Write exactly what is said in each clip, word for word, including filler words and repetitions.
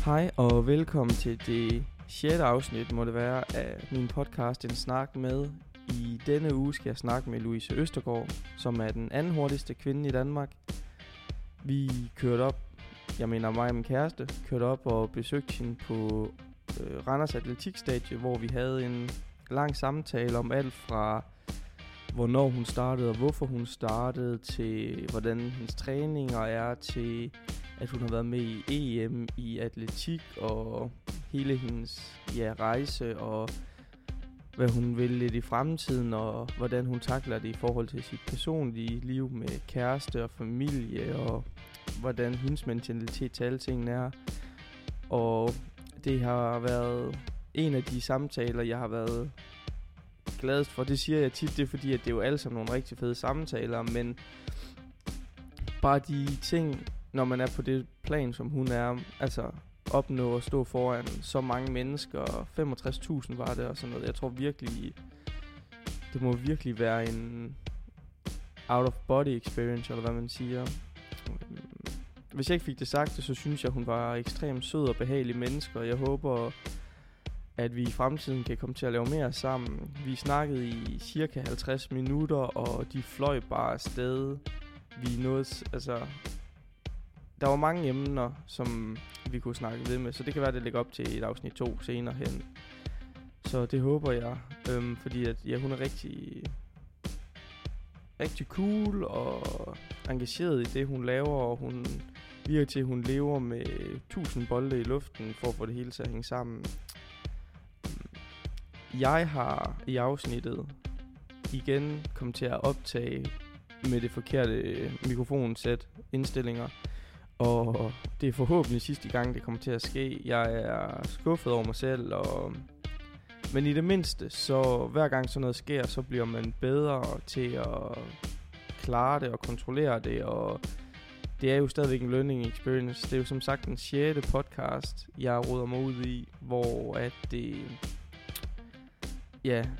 Hej og velkommen til det sjette afsnit, må det være, af min podcast En Snak Med. I denne uge skal jeg snakke med Louise Østergaard, som er den anden hurtigste kvinde i Danmark. Vi kørte op, jeg mener mig og min kæreste, kørte op og besøgte hende på øh, Randers Atletikstadie, hvor vi havde en lang samtale om alt fra hvornår hun startede og hvorfor hun startede, til hvordan hendes træninger er, til at hun har været med i E M i atletik og hele hendes ja, rejse og hvad hun vil lidt i fremtiden og hvordan hun takler det i forhold til sit personlige liv med kæreste og familie og hvordan hendes mentalitet til alle tingene er. Og det har været en af de samtaler, jeg har været gladest for. Det siger jeg tit, det er fordi, at det er jo alle sammen nogle rigtig fede samtaler, men bare de ting, når man er på det plan, som hun er, altså opnå at stå foran så mange mennesker, femogtres tusind var det og sådan noget. Jeg tror virkelig, det må virkelig være en out of body experience, eller hvad man siger. Hvis jeg ikke fik det sagt, så synes jeg, hun var ekstremt sød og behagelig menneske, og jeg håber, at vi i fremtiden kan komme til at lave mere sammen. Vi snakkede i cirka halvtreds minutter, og de fløj bare afsted. Vi nåede, altså, der var mange emner, som vi kunne snakke ved med, så det kan være, det ligger op til et afsnit to senere hen. Så det håber jeg, øhm, fordi at, ja, hun er rigtig, rigtig cool og engageret i det, hun laver, og hun virker til, at hun lever med tusind bolde i luften for at få det hele til at hænge sammen. Jeg har i afsnittet igen kommet til at optage med det forkerte mikrofonsæt indstillinger, og det er forhåbentlig sidste gang, det kommer til at ske. Jeg er skuffet over mig selv, og men i det mindste, så hver gang sådan noget sker, så bliver man bedre til at klare det og kontrollere det, og det er jo stadigvæk en learning experience. Det er jo som sagt den sjette podcast, jeg råder mig ud i, hvor at det, ja,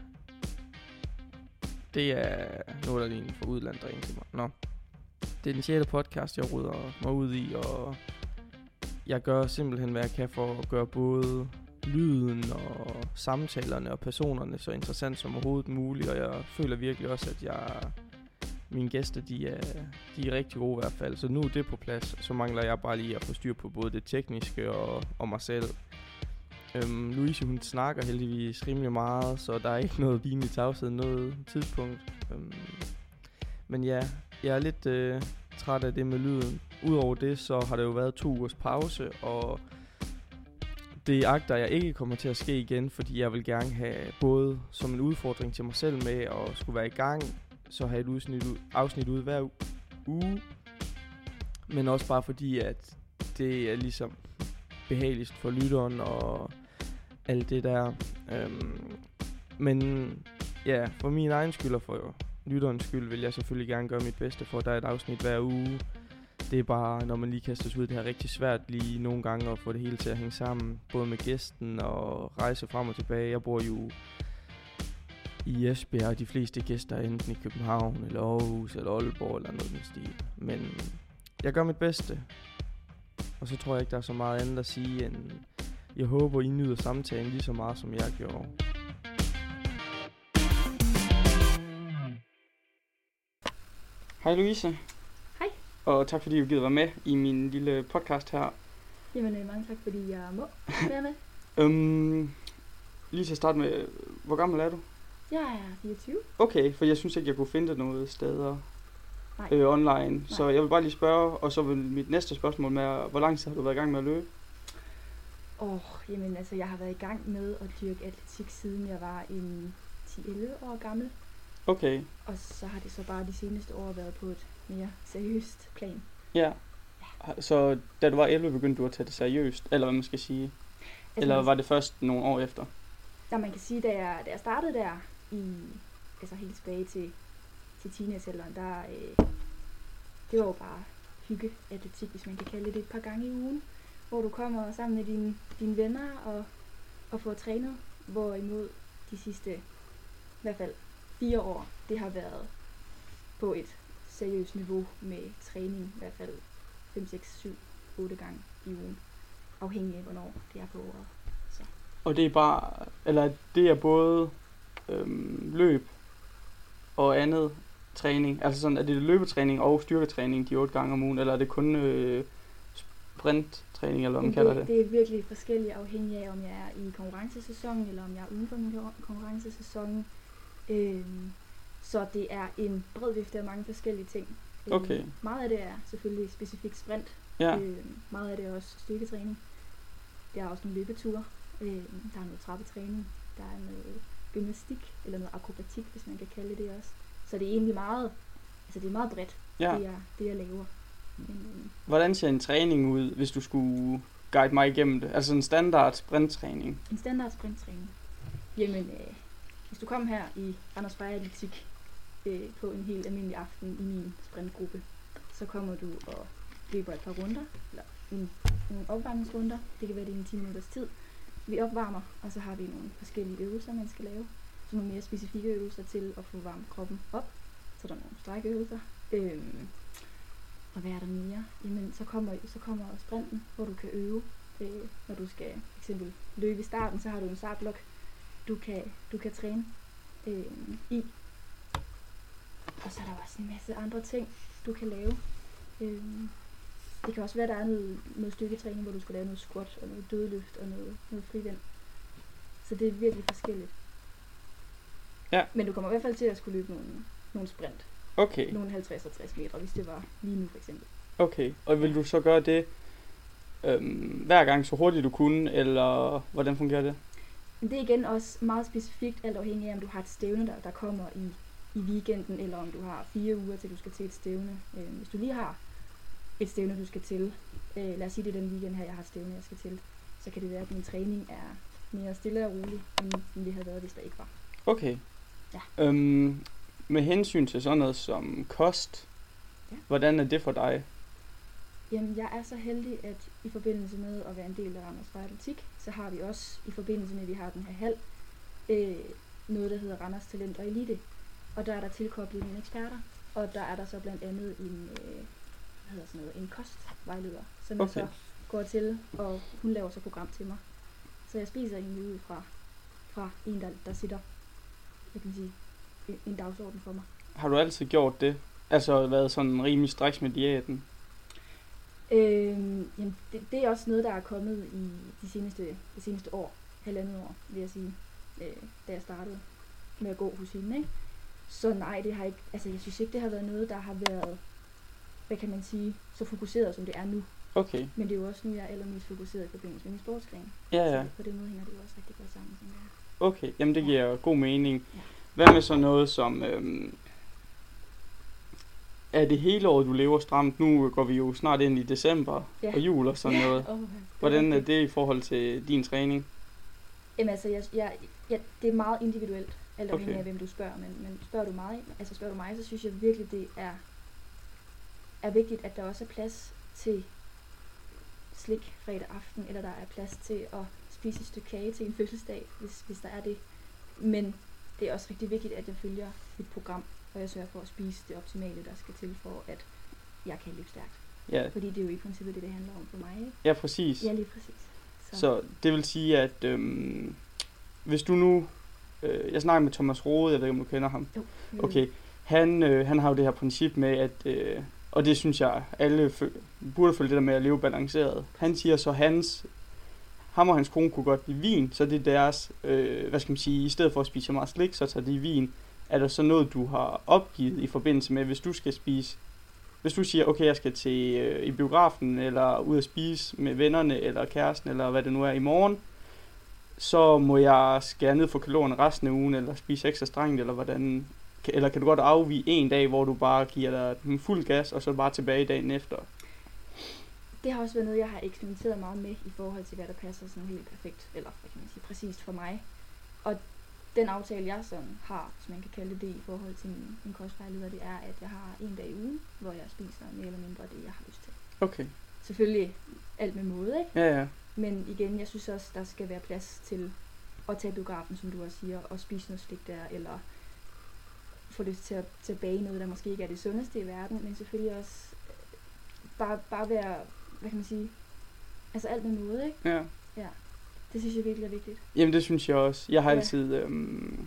det er noget, der ligner for udlandet, der til mig. Nå. Det er den sjette podcast, jeg råder mig ud i, og jeg gør simpelthen, hvad jeg kan for at gøre både lyden og samtalerne og personerne så interessant som overhovedet muligt, og jeg føler virkelig også, at jeg, mine gæster, de er, de er rigtig gode i hvert fald. Så nu er det på plads, så mangler jeg bare lige at få styr på både det tekniske og, og mig selv. Øhm, Louise, hun snakker heldigvis rimelig meget, så der er ikke noget pinligt tavshed noget tidspunkt. Øhm, men ja, jeg er lidt øh, træt af det med lyden. Udover det, så har det jo været to ugers pause, og det agter jeg ikke kommer til at ske igen, fordi jeg vil gerne have både som en udfordring til mig selv med at skulle være i gang, så have et udsnit, afsnit ud hver uge, men også bare fordi, at det er ligesom behageligst for lytteren og alt det der. Øhm, men ja, for min egen skyld og for lytterens skyld vil jeg selvfølgelig gerne gøre mit bedste for, at der er et afsnit hver uge. Det er bare, når man lige kaster sig ud, det er rigtig svært lige nogle gange at få det hele til at hænge sammen, både med gæsten og rejse frem og tilbage. Jeg bor jo i Esbjerg, og de fleste gæster er enten i København, eller Aarhus, eller Aalborg, eller noget den stil. Men jeg gør mit bedste, og så tror jeg ikke, der er så meget andet at sige, end jeg håber, I nyder samtalen lige så meget, som jeg gjorde. Hej Louise. Hej. Og tak fordi du gider være med i min lille podcast her. Jamen mange tak fordi jeg må være med. øhm, lige til at starte med, hvor gammel er du? Jeg er fireogtyve. Okay, for jeg synes ikke, jeg kunne finde det noget steder øh, online. Nej. Så jeg vil bare lige spørge, og så vil mit næste spørgsmål med, hvor lang tid har du været i gang med at løbe? Åh, oh, jamen altså, jeg har været i gang med at dyrke atletik, siden jeg var en ti til elleve år gammel. Okay. Og så har det så bare de seneste år været på et mere seriøst plan. Ja. Ja. Så da du var elleve, begyndte du at tage det seriøst, eller hvad man skal sige? Altså, eller var det først nogle år efter? Ja, man kan sige, da jeg, da jeg startede der, i, altså helt tilbage til, til teenagealderen, der, øh, det var jo bare hygge atletik, hvis man kan kalde det, et par gange i ugen, hvor du kommer sammen med dine, dine venner og, og får trænet, hvorimod de sidste, i hvert fald fire år, det har været på et seriøst niveau med træning, i hvert fald fem, seks, syv, otte gange i ugen. afhængig af, hvornår det er på året. Så. Og det er bare, eller det er både øhm, løb og andet træning, altså sådan, er det løbetræning og styrketræning de otte gange om ugen, eller er det kun øh, sprinttræning, eller hvad man kalder det? Det er virkelig forskelligt afhængig af, om jeg er i konkurrencesæsonen, eller om jeg er uden for min konkurrencesæson. Øhm, så det er en bred vifte af mange forskellige ting. Okay. Øhm, meget af det er selvfølgelig specifikt sprint. Ja. Øhm, meget af det er også styrketræning. Der er også nogle løbeture. Øhm, der er noget trappetræning. Der er noget gymnastik, eller noget akrobatik, hvis man kan kalde det også. Så det er egentlig meget, altså det er meget bredt, Ja. det, jeg, det jeg laver. Men, øhm, Hvordan ser en træning ud, hvis du skulle guide mig igennem det? Altså en standard sprinttræning. En standard sprinttræning. Jamen, øh, hvis du kom her i Randers Freja Atletik øh, på en helt almindelig aften i min sprintgruppe, så kommer du og løber et par runder, eller en, nogle opvarmningsrunder. Det kan være det i en ti minutters tid. Vi opvarmer, og så har vi nogle forskellige øvelser, man skal lave. Så nogle mere specifikke øvelser til at få varmet kroppen op. Så er der nogle strækøvelser. Øhm, og hvad er der mere? Jamen, så kommer, så kommer sprinten, hvor du kan øve. Øh, når du skal for eksempel løbe i starten, så har du en startblok, du kan, du kan træne øh, i. Og så er der også en masse andre ting, du kan lave. Øh, det kan også være, at der er noget, noget styrketræning, hvor du skal lave noget squat og noget dødløft og noget, noget frivænd. Så det er virkelig forskelligt. Ja. Men du kommer i hvert fald til at skulle løbe nogle, nogle sprint. Okay. Nogle halvtreds og tres meter, hvis det var lige nu for eksempel. Okay, og vil du så gøre det øhm, hver gang så hurtigt du kunne, eller hvordan fungerer det? Men det er igen også meget specifikt, alt afhængig af, om du har et stævne, der, der kommer i, i weekenden, eller om du har fire uger til, du skal til et stævne. Øh, hvis du lige har et stævne, du skal til, øh, lad os sige, det er den weekend her, jeg har et stævne, jeg skal til, så kan det være, at min træning er mere stille og rolig, end, end det havde været, hvis der ikke var. Okay. Ja. Øhm, med hensyn til sådan noget som kost, ja. Hvordan er det for dig? Jamen, jeg er så heldig, at i forbindelse med at være en del af Randers Freja Atletik, så har vi også, i forbindelse med, at vi har den her hal, øh, noget, der hedder Randers Talent og Elite. Og der er der tilkoblet mine eksperter, og der er der så blandt andet en, øh, hvad hedder sådan noget, en kostvejleder, som Okay. jeg så går til, og hun laver så program til mig. Så jeg spiser egentlig ud fra, fra en, der, der sitter, jeg kan sige, en, en dagsorden for mig. Har du altid gjort det? Altså været sådan rimelig striks med diæten? Øhm, jamen det, det er også noget, der er kommet i de seneste, det seneste år, halvandet år, vil jeg sige, øh, da jeg startede med at gå hos hende, ikke? Så nej, det har ikke, altså jeg synes ikke, det har været noget, der har været, hvad kan man sige, så fokuseret, som det er nu. Okay. Men det er jo også nu, jeg er allermest fokuseret i forbindelse med min sportsgren. Ja, ja. Så på den måde hænger det jo også rigtig godt sammen, tænker jeg. Okay, jamen det giver god mening. Ja. Hvad med så noget som... Øhm, er det hele året, du lever stramt? Nu går vi jo snart ind i december Ja. og jul og sådan Ja. noget. Oh, Hvordan er det i forhold til din træning? Jamen altså, jeg, jeg, jeg, det er meget individuelt, alt afhængig Okay. af, hvem du spørger. Men, men spørger du mig, altså spørger du mig, så synes jeg virkelig, det er, er vigtigt, at der også er plads til slik fredag aften, eller der er plads til at spise et stykke kage til en fødselsdag, hvis, hvis der er det. Men det er også rigtig vigtigt, at jeg følger mit program, og jeg sørger for at spise det optimale, der skal til for, at jeg kan løbe stærkt. Ja, Fordi det er jo i princippet det, det handler om for mig, ikke? ja præcis. Ja, lige præcis. Så, Så det vil sige, at øhm, hvis du nu... Øh, jeg snakker med Thomas Rode, jeg ved ikke, om du kender ham. jo, jo. Okay, han, øh, han har jo det her princip med, at... Øh, og det synes jeg, alle føl- burde følge det der med at leve balanceret. Han siger så, hans... Ham og hans kone kunne godt lide vin, så det er deres... Øh, hvad skal man sige, i stedet for at spise så meget slik, så tager de vin. Er der så noget, du har opgivet i forbindelse med, hvis du skal spise... Hvis du siger, okay, jeg skal til øh, i biografen, eller ud at spise med vennerne, eller kæresten, eller hvad det nu er i morgen, så må jeg skære ned for kalorierne resten af ugen, eller spise ekstra strengt, eller hvordan... Eller kan du godt afvige en dag, hvor du bare giver dig en fuld gas, og så bare tilbage dagen efter? Det har også været noget, jeg har eksperimenteret meget med i forhold til, hvad der passer sådan helt perfekt, eller hvad kan man sige, præcist for mig. Og den aftale, jeg sådan har, hvis man kan kalde det det, i forhold til min, min kostvejleder, det er, at jeg har en dag i ugen, hvor jeg spiser mere eller mindre det, jeg har lyst til. Okay. Selvfølgelig alt med måde, ikke? Ja, ja. Men igen, jeg synes også, der skal være plads til at tage biografen, som du også siger, og spise noget slik der, eller få lyst til at, til at bage noget, der måske ikke er det sundeste i verden, men selvfølgelig også bare, bare være, hvad kan man sige, Altså alt med måde, ikke? Ja. Ja. Det synes jeg virkelig er vigtigt. Jamen det synes jeg også. Jeg har Ja. altid... Øhm,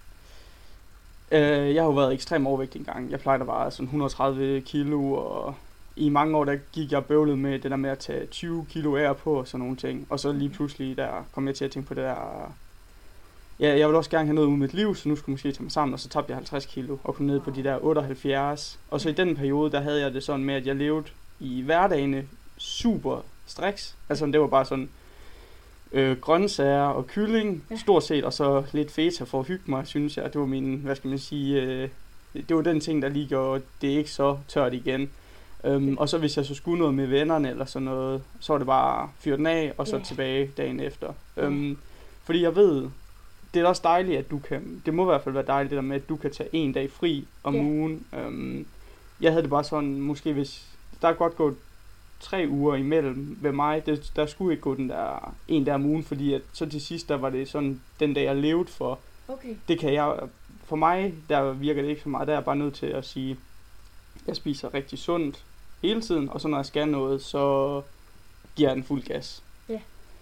øh, jeg har jo været ekstremt overvægtig engang. Jeg plejer at veje sådan et hundrede og tredive kilo, og i mange år der gik jeg bøvlet med det der med at tage tyve kilo af på og sådan nogle ting. Og så lige pludselig der kom jeg til at tænke på det der... Ja, jeg vil også gerne have noget ud i mit liv, så nu skulle jeg måske tage mig sammen, og så tabte jeg halvtreds kilo og kom ned på de der otteoghalvfjerds. Og så i den periode, der havde jeg det sådan med, at jeg levede i hverdagene super striks. Altså det var bare sådan øh, grøntsager og kylling, Ja. stort set, og så lidt feta for at hygge mig, synes jeg. Det var min, hvad skal man sige, øh, det var den ting, der lige gjorde det ikke så tørt igen. Um, og så hvis jeg så skulle noget med vennerne eller sådan noget, så var det bare fyre den af, og så Yeah. tilbage dagen efter. Ja. Um, fordi jeg ved, det er også dejligt, at du kan, det må i hvert fald være dejligt det der med, at du kan tage en dag fri om Ja. ugen. Um, jeg havde det bare sådan, måske hvis, der er godt gået tre uger imellem ved mig, det, der skulle ikke gå den der en der om ugen, fordi at, så til sidst, der var det sådan, den dag jeg levede for, Okay. det kan jeg, for mig, der virker det ikke så meget, der er jeg bare nødt til at sige, jeg spiser rigtig sundt hele tiden, og så når jeg skal noget, så giver jeg den fuld gas. Ja.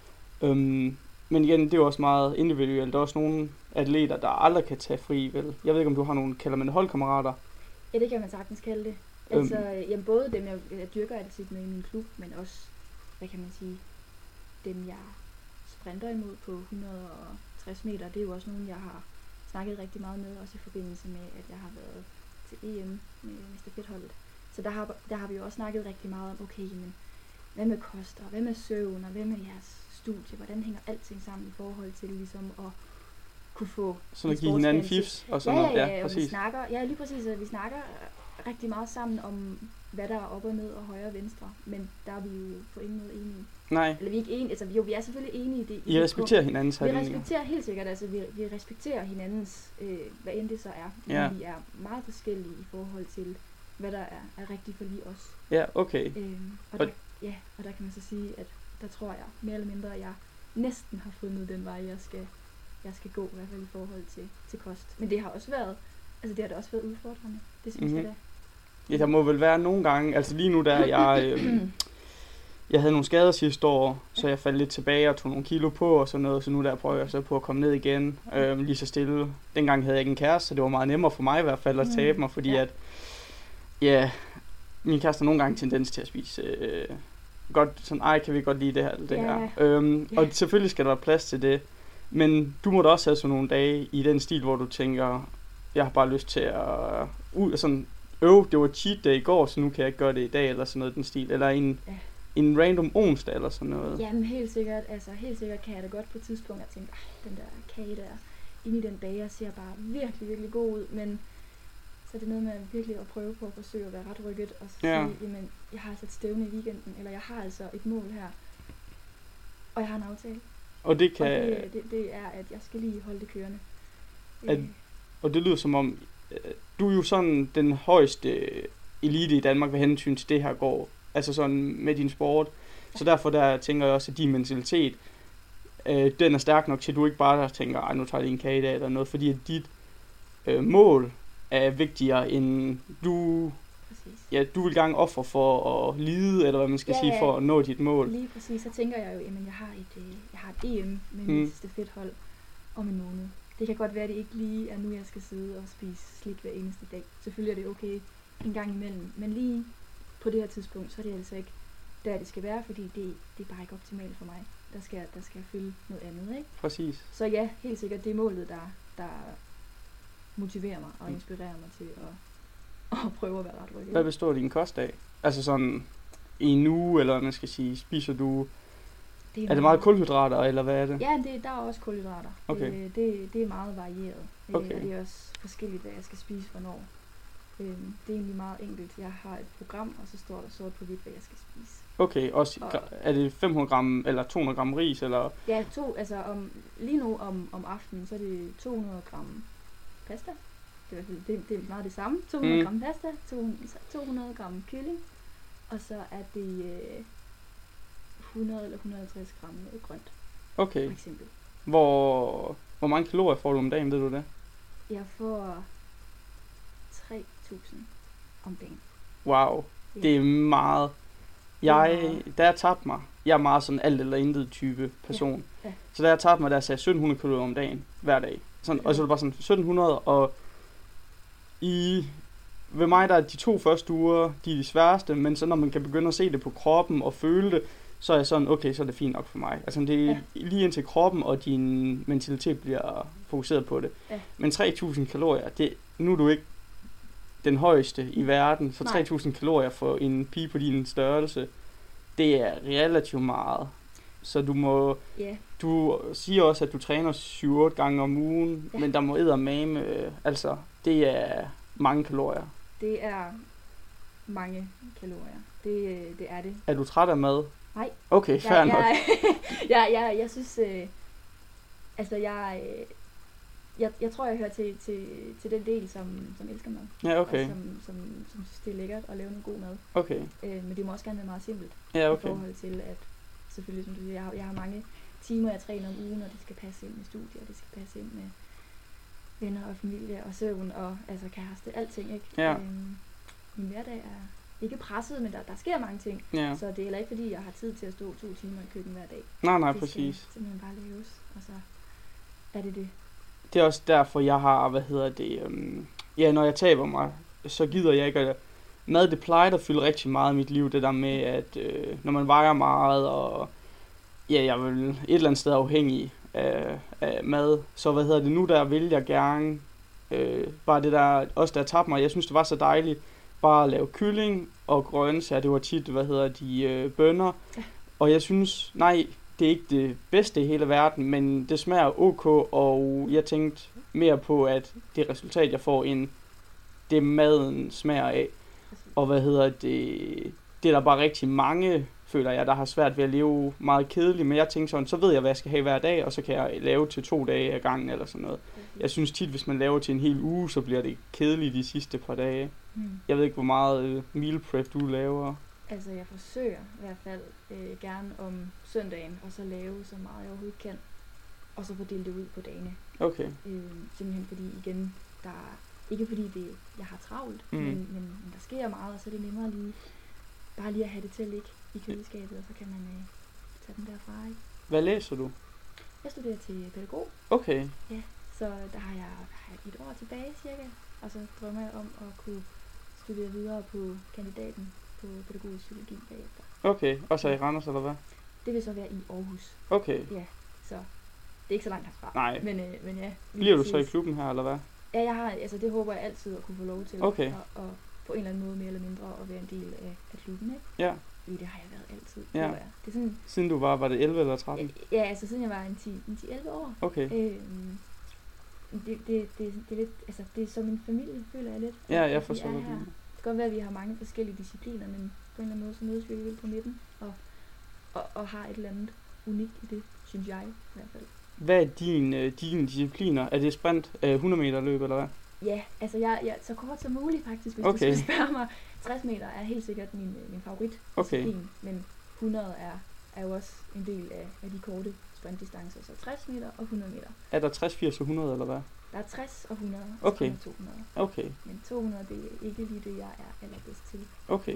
Øhm, men igen, det er jo også meget individuelt. Der er også nogle atleter, der aldrig kan tage fri, vel? Jeg ved ikke, om du har nogle, kalder man det, holdkammerater? Ja, det kan man sagtens kalde det. Altså, øhm. jamen, både dem, jeg, jeg dyrker atletik med i min klub, men også, hvad kan man sige, dem, jeg sprinter imod på et hundrede og tres meter. Det er jo også nogen, jeg har snakket rigtig meget med, også i forbindelse med, at jeg har været til E M med, med stafetholdet. Så der har, der har vi jo også snakket rigtig meget om, okay, men hvad med kost, og hvad med søvn, og hvad med jeres studie? Hvordan hænger alting sammen i forhold til ligesom at kunne få sådan at give hinanden fifs og sådan ja, noget. Ja, ja, ja, og præcis. vi snakker, ja, lige præcis, at vi snakker rigtig meget sammen om, hvad der er op og ned og højre og venstre, men der er vi jo på ingen måde enige. Nej. Eller vi er ikke enige, altså jo, vi er selvfølgelig enige i det. I respekterer hinandens Vi holdninger. respekterer helt sikkert, altså vi, vi respekterer hinandens, øh, hvad end det så er, men Ja. vi er meget forskellige i forhold til, hvad der er, er rigtigt for lige os. Ja, okay. Øhm, og, Og- der, ja, og der kan man så sige, at der tror jeg mere eller mindre, at jeg næsten har fundet den vej, jeg skal, jeg skal gå, i hvert fald i forhold til, til kost. Men det har også været, altså det har da også været udfordrende. Det synes Mhm. jeg da. Ja, der må vel være nogle gange, altså lige nu der, jeg, øh, jeg havde nogle skader sidste år, så jeg faldt lidt tilbage og tog nogle kilo på og sådan noget, så nu der prøver jeg så på at komme ned igen, øh, lige så stille. Dengang havde jeg ikke en kæreste, så det var meget nemmere for mig i hvert fald at Mm, tabe mig, fordi ja. at, ja, min kæreste har nogle gange tendens til at spise, øh, godt sådan, ej, kan vi godt lide det her, eller det Ja, her. Øhm, ja. Og selvfølgelig skal der være plads til det, men du må da også have sådan nogle dage i den stil, hvor du tænker, jeg har bare lyst til at ud, sådan, øv, det var cheat day i går, så nu kan jeg ikke gøre det i dag, eller sådan noget den stil, eller en, Ja. en random onsdag, eller sådan noget. Jamen helt sikkert, altså helt sikkert kan jeg da godt på et tidspunkt at tænke, ej, den der kage der inde i den bager ser bare virkelig, virkelig god ud, men så er det noget med virkelig at prøve på at forsøge at være ret rykket, og så Ja. sige, jamen, jeg har altså et stævne i weekenden, eller jeg har altså et mål her, og jeg har en aftale. Og det kan, Og det, det, det er, at jeg skal lige holde det kørende. At- Øh, og det lyder som om, øh, du er jo sådan den højeste elite i Danmark ved hensyn til det her går, altså sådan med din sport. Så derfor der tænker jeg også, at din mentalitet, øh, den er stærk nok til, at du ikke bare tænker, ej, nu tager jeg lige en kage i dag eller noget, fordi at dit øh, mål er vigtigere end du, præcis. ja, du vil gerne ofre for at lide, eller hvad man skal Ja, sige, ja. for at nå dit mål. Lige præcis, så tænker jeg jo, jamen jeg har et, øh, jeg har et E M med Mm. mit stafethold om en måned. Det kan godt være, at det ikke lige er nu, jeg skal sidde og spise slik hver eneste dag. Selvfølgelig er det okay en gang imellem, men lige på det her tidspunkt, så er det altså ikke der, det skal være, fordi det, det er bare ikke optimalt for mig. Der skal, der skal jeg følge noget andet, ikke? Præcis. Så ja, helt sikkert, det er målet, der, der motiverer mig og Mm. inspirerer mig til at, at prøve at være ret rykket. Hvad består din kost af? Altså sådan i en uge, eller hvad man skal sige, spiser du, er det meget kulhydrater, eller hvad er det? Ja, det, der er også kulhydrater. Okay. Det, det, det er meget varieret. Øh, Okay. Og det er også forskelligt, hvad jeg skal spise hvornår. Øhm, det er egentlig meget enkelt. Jeg har et program, og så står der sort på hvidt, hvad jeg skal spise. Okay, også, Og- gra- er det fem hundrede gram, eller to hundrede gram ris, eller? Ja, to, altså om, lige nu om, om aftenen, så er det to hundrede gram pasta. Det er, i hvert fald- det, det er meget det samme. to hundrede Mm. gram pasta, to hundrede, to hundrede gram kylling, og så er det øh, hundrede eller et hundrede og halvtreds gram noget grønt, Okay, for eksempel. hvor, hvor mange kalorier får du om dagen, ved du det? Jeg får tre tusind om dagen. Wow, Ja. det er meget. Det er Jeg, meget. da jeg tabte mig, jeg er meget sådan alt eller intet type person. Ja. Ja. Så da jeg tabte mig, der sagde sytten hundrede kalorier om dagen, hver dag. Sådan, Okay. og så var det bare sådan sytten hundrede, og i, ved mig der er de to første uger, de er de sværeste, men så når man kan begynde at se det på kroppen og føle det, så er jeg sådan, okay, så er det fint nok for mig. Altså det er Ja. lige indtil kroppen og din mentalitet bliver fokuseret på det. Ja. Men tre tusind kalorier, det, nu er du ikke den højeste i verden, så Nej. tre tusind kalorier for en pige på din størrelse, det er relativt meget. Så du må, Ja, du siger også, at du træner syv otte gange om ugen, Ja. men der må eddermame, øh, altså, det er mange kalorier. det er mange kalorier. Det, øh, det er det. Er du træt af mad? Nej. Okay, fair jeg, nok. jeg, jeg, jeg, jeg synes, øh, altså jeg, øh, jeg, jeg tror, jeg hører til, til, til den del, som, som elsker mad. Ja, okay. Og som, som, som synes, det er lækkert at lave noget god mad. Okay. Øh, men det må også gerne være meget simpelt. Ja, I okay. forhold til, at selvfølgelig, som du siger, jeg har, jeg har mange timer, jeg træner om ugen, og det skal passe ind med studier, og det skal passe ind med venner og familie og søvn og altså kæreste, alting, ikke? Ja. Øhm, min hverdag er ikke presset, men der, der sker mange ting. Ja. Så det er heller ikke, fordi jeg har tid til at stå to timer i køkkenet hver dag. Nej, nej, det præcis. skal simpelthen bare laves, og så er det det. Det er også derfor, jeg har, hvad hedder det, øhm, ja, når jeg taber mig, så gider jeg ikke at... Mad, det plejer at fylde rigtig meget i mit liv, det der med, at øh, når man vejer meget, og ja, jeg er vel et eller andet sted afhængig af, af mad, så hvad hedder det, nu der vil jeg gerne, øh, bare det der, også da jeg tabte mig, jeg synes, det var så dejligt, bare at lave kylling og grøntsager, det var tit, hvad hedder de, øh, bønner, Ja. og jeg synes, nej, det er ikke det bedste i hele verden, men det smager ok, og jeg tænkte mere på, at det resultat, jeg får, end det maden smager af. Og hvad hedder det, det er der bare rigtig mange, føler jeg, der har svært ved at leve meget kedeligt, men jeg tænker sådan, så ved jeg, hvad jeg skal have hver dag, og så kan jeg lave til to dage ad gangen eller sådan noget. Jeg synes tit, hvis man laver til en hel uge, så bliver det kedeligt de sidste par dage. Hmm. Jeg ved ikke, hvor meget øh, meal prep du laver. Altså, jeg forsøger i hvert fald øh, gerne om søndagen, og så lave så meget jeg overhovedet kan, og så fordele det ud på dagene. Okay. Øh, simpelthen fordi, igen, der er ikke fordi det, jeg har travlt, Mm. mm. men, men, men der sker meget, og så er det nemmere lige, bare lige at have det til at ligge i køleskabet, og så kan man øh, tage den derfra, ikke? Hvad læser du? Jeg studerer til pædagog, Okay. så der har jeg, der har jeg et år tilbage cirka, og så drømmer jeg om at kunne studere videre på kandidaten på pædagogisk psykologi bagefter. Okay. Og så i Randers, eller hvad? Det vil så være i Aarhus, Okay. så det er ikke så langt herfra. Nej. Men, øh, men ja. lige Bliver du så i præcis. klubben her, eller hvad? Ja, jeg har, altså det håber jeg altid at kunne få lov til. Okay. Og, og på en eller anden måde mere eller mindre at være en del af, af klubben, ikke? Ja. Fordi det har jeg været altid, Ja. tror jeg. Det er sådan, Siden du var, var det elleve eller tretten? ja, altså siden jeg var en ti elleve år. Okay. Øhm, det, det, det, det, er lidt, altså det er som en familie, føler jeg lidt. Ja, at jeg vi forstår er det. her. Det kan godt være, at vi har mange forskellige discipliner, men på en eller anden måde, så mødes vi alligevel på midten, og, og, og har et eller andet unikt i det, synes jeg i hvert fald. Hvad er din, øh, dine discipliner? Er det sprint, øh, hundrede meter løb, eller hvad? Ja, altså jeg, jeg så kort som muligt faktisk, hvis Okay. du skal spørge mig. tres meter er helt sikkert min, min favorit Okay. disciplin, men hundrede er, er jo også en del af, af de korte sprintdistancer, så tres meter og hundrede meter. Er der tres, firs og hundrede, eller hvad? Der er tres og hundrede, og Okay. så er der to hundrede. Okay. Men to hundrede, det er ikke lige det, jeg er allerbedst til. Okay. Øh,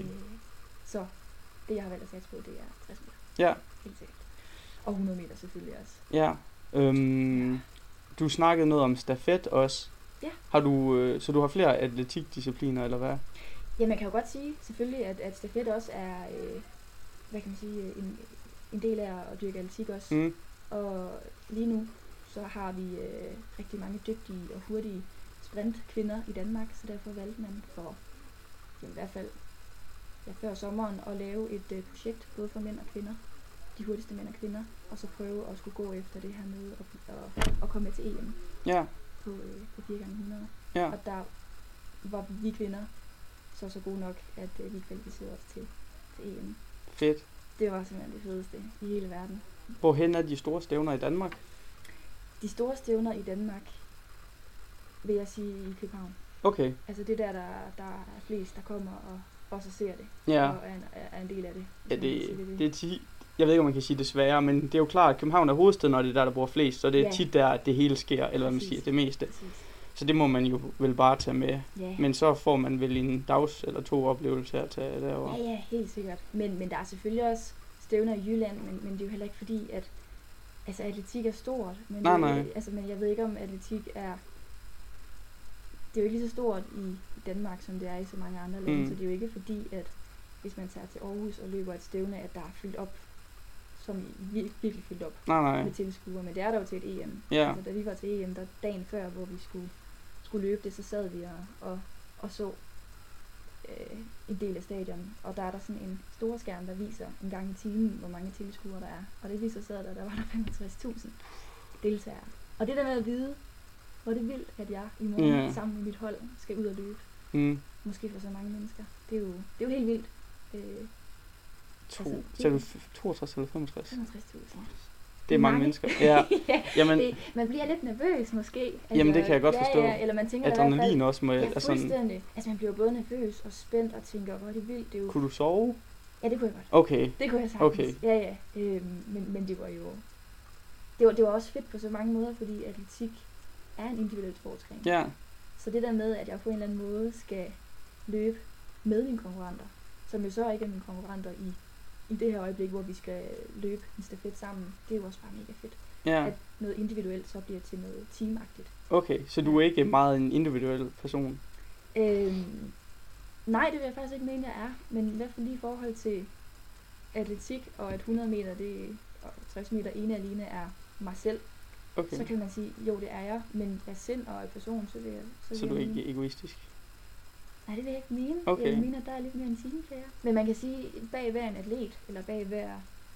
så det, jeg har valgt at satse på, det er tres meter. Ja. Helt sikkert. Og hundrede meter selvfølgelig også. Ja. Øhm, du snakkede noget om stafet også. Ja. Har du, øh, så du har flere atletikdiscipliner, eller hvad? Ja, man kan jo godt sige selvfølgelig, at, at stafet også er, øh, hvad kan man sige, en, en del af at dyrke atletik også. Mm. Og lige nu, så har vi øh, rigtig mange dygtige og hurtige sprintkvinder i Danmark, så derfor valgte man for, jamen, i hvert fald ja, før sommeren, at lave et øh, projekt, både for mænd og kvinder, de hurtigste mænd og kvinder, og så prøve at skulle gå efter det her med at, at, at komme med til E M Ja. på, øh, på fire gange hundrede. Ja. Og der var vi kvinder så så gode nok, at øh, vi kvalificerede os til, til E M. Fedt. Det var simpelthen det fedeste i hele verden. Hvorhen er de store stævner i Danmark? De store stævner i Danmark, vil jeg sige i København. Okay. Altså det der, der, der er flest, der kommer og også ser det, Ja. og er en, er en del af det. Ja, hvis man kan det, sige det er ti- jeg ved ikke, om man kan sige det sværere, men det er jo klart, at København er hovedstaden, og det er der, der bor flest, så det er Ja. tit der, at det hele sker, eller hvad man Præcis. siger, det meste. Præcis. Så det må man jo vel bare tage med. Ja. Men så får man vel en dags eller to oplevelser at tage derover. Ja, ja, helt sikkert. Men, men der er selvfølgelig også stævner i Jylland, men, men det er jo heller ikke fordi, at altså, atletik er stort. Men, nej, det, nej. Altså, men jeg ved ikke, om atletik er... Det er jo ikke lige så stort i Danmark, som det er i så mange andre lande, Mm. så det er jo ikke fordi, at hvis man tager til Aarhus og løber et stævne, at der er fyldt op, som i vir- virkelig fyldt op Nej, nej. med tilskuere. Men det er der jo til et E M. Ja. Altså, da vi var til E M, der dagen før, hvor vi skulle, skulle løbe det, så sad vi og, og, og så øh, en del af stadion. Og der er der sådan en stor skærm, der viser en gang i timen, hvor mange tilskuere der er. Og det viser sig, at der var der femogtres tusind deltagere. Og det der med at vide, hvor det er vildt, at jeg i morgen Ja. sammen med mit hold skal ud og løbe. Mm. Måske for så mange mennesker. Det er jo, det er jo helt vildt. Øh, To, Altså, så er det f- toogtres eller femogtres? femogtres tusind. Det er mange mange. mennesker. Ja. Ja, Jamen, det, man bliver lidt nervøs måske. Altså, Jamen, det kan jeg godt ja, forstå. Ja, eller man tænker da i hvert fald, adrenalin også må... ja, altså sådan, fuldstændig. Altså man bliver både nervøs og spændt og tænker, hvor er det vildt. Det er jo, kunne du sove? ja, det kunne jeg godt. Okay. Det kunne jeg sagtens. Okay. Ja, ja. Øhm, men, men det var jo... Det var, det var også fedt på så mange måder, fordi atletik er en individuel sportsgren. Ja. Så det der med, at jeg på en eller anden måde skal løbe med mine konkurrenter, som jo så ikke er mine konkurrenter i, i det her øjeblik, hvor vi skal løbe en stafet sammen, det er jo også bare mega fedt. Ja. At noget individuelt så bliver til noget teamagtigt. Okay, så du er ikke meget en individuel person? Øhm, nej, det vil jeg faktisk ikke mene, jeg er. Men i hvert fald lige i forhold til atletik, og at hundrede meter, det, og tres meter ene alene er mig selv, Okay. så kan man sige, jo det er jeg, men af sind og af person, så vil jeg... Så vil du er jeg ikke mene- egoistisk? Nej, det vil jeg ikke mene. Okay. Jeg mener, at der er lidt mere en teamplayer. Men man kan sige, bag hver en atlet, eller bag hver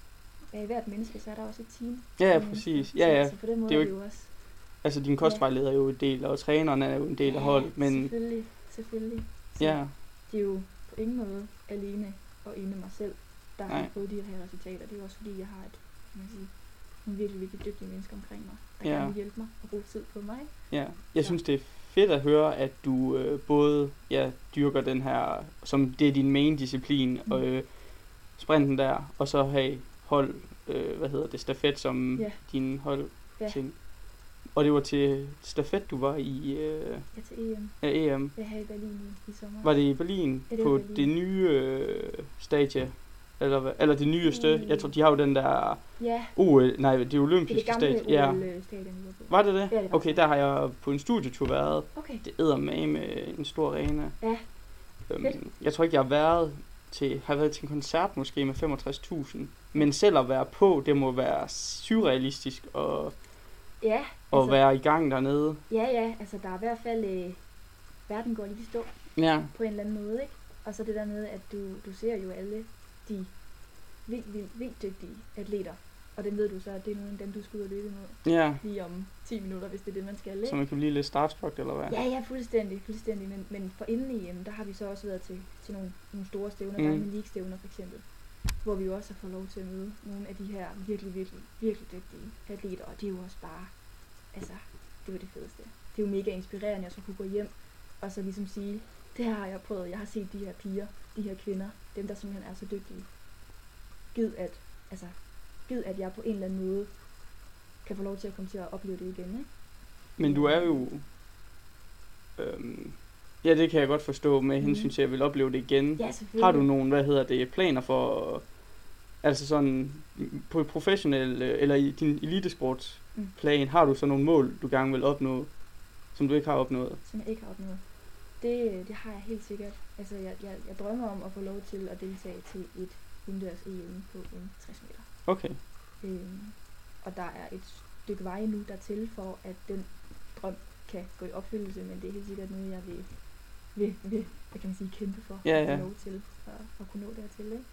bag hvert menneske, så er der også et team. Ja, ja, af præcis. mennesker. Ja, ja. Så, så på den måde Det er er jo det jo også... Altså, din kostvejleder er jo en del, og træneren er jo en del af holdet, men selvfølgelig, selvfølgelig. Så ja, det er jo på ingen måde alene og inde mig selv, der har Nej. fået de her resultater. Det er jo også fordi, jeg har et, kan man sige, nogle virkelig, virkelig dygtige mennesker omkring mig, der Ja. gerne vil hjælpe mig og bruge tid på mig. ja. Jeg Ja. synes, det er fedt at høre, at du øh, både ja, dyrker den her, som det er din main disciplin, Mm. og øh, sprinten der, og så have hold, øh, hvad hedder det, stafet som Ja. din hold Ja. ting. Og det var til stafet, du var i øh, Ja, til E M. ja, E M. Jeg er her i Berlin i, i sommer. Var det i Berlin? Ja, det var på i Berlin. det nye øh, stadie? Eller, hvad- eller det nyeste? Mm. Jeg tror, de har jo den der Ja, O L, nej, det det er olympiske det gamle stadie. Ja. O L-stadion, vi var på. Var det det? Ja, det var Okay, det. der har jeg på en studietur været. Okay. Det æder med med en stor arena. Ja, Øhm, fedt. jeg tror ikke, jeg har været til, har været til en koncert måske med femogtres tusind. Men selv at være på, det må være surrealistisk at, Ja, at altså, være i gang dernede. ja, ja, altså der er i hvert fald, øh, verden går lige i stå Ja, på en eller anden måde, ikke? Og så det der med, at du, du ser jo alle de vildt, vildt, vildt dygtige atleter, og den ved du så, at det er nogle af dem, du skal ud og løbe imod ja. lige om ti minutter, hvis det er det, man skal, Så ikke? man kan blive lidt starstruck, eller hvad? Ja, ja, fuldstændig, fuldstændig, men, men for inden i hjemme, der har vi så også været til, til nogle, nogle store stævner, Mm. mm. Diamond League-stævner for eksempel, hvor vi jo også har fået lov til at møde nogle af de her virkelig, virkelig, virkelig dygtige atleter, og det er jo også bare, altså, det var det fedeste. Det er jo mega inspirerende at så kunne gå hjem, og så ligesom sige, det her har jeg prøvet, jeg har set de her piger, de her kvinder, dem der simpelthen er så dygtige. Gid at, altså, gid at jeg på en eller anden måde kan få lov til at komme til at opleve det igen, ikke? Men du er jo... Øhm, ja, det kan jeg godt forstå med Mhm. hensyn til, at jeg vil opleve det igen. Ja, selvfølgelig. Har du nogle, hvad hedder det, planer for... Altså sådan, på professionel, øh, eller i din elitesportsplan, Mm. har du så nogle mål, du gerne vil opnå, som du ikke har opnået? Som jeg ikke har opnået. Det, det har jeg helt sikkert. Altså, jeg, jeg, jeg drømmer om at få lov til at deltage til et indendørs E M på en tres meter. Okay. Øhm, og der er et stykke vej nu dertil, for at den drøm kan gå i opfyldelse, men det er helt sikkert noget, jeg vil, vil, vil hvad kan man sige, kæmpe for Ja, at ja. få lov til at, at kunne nå dertil. Ikke?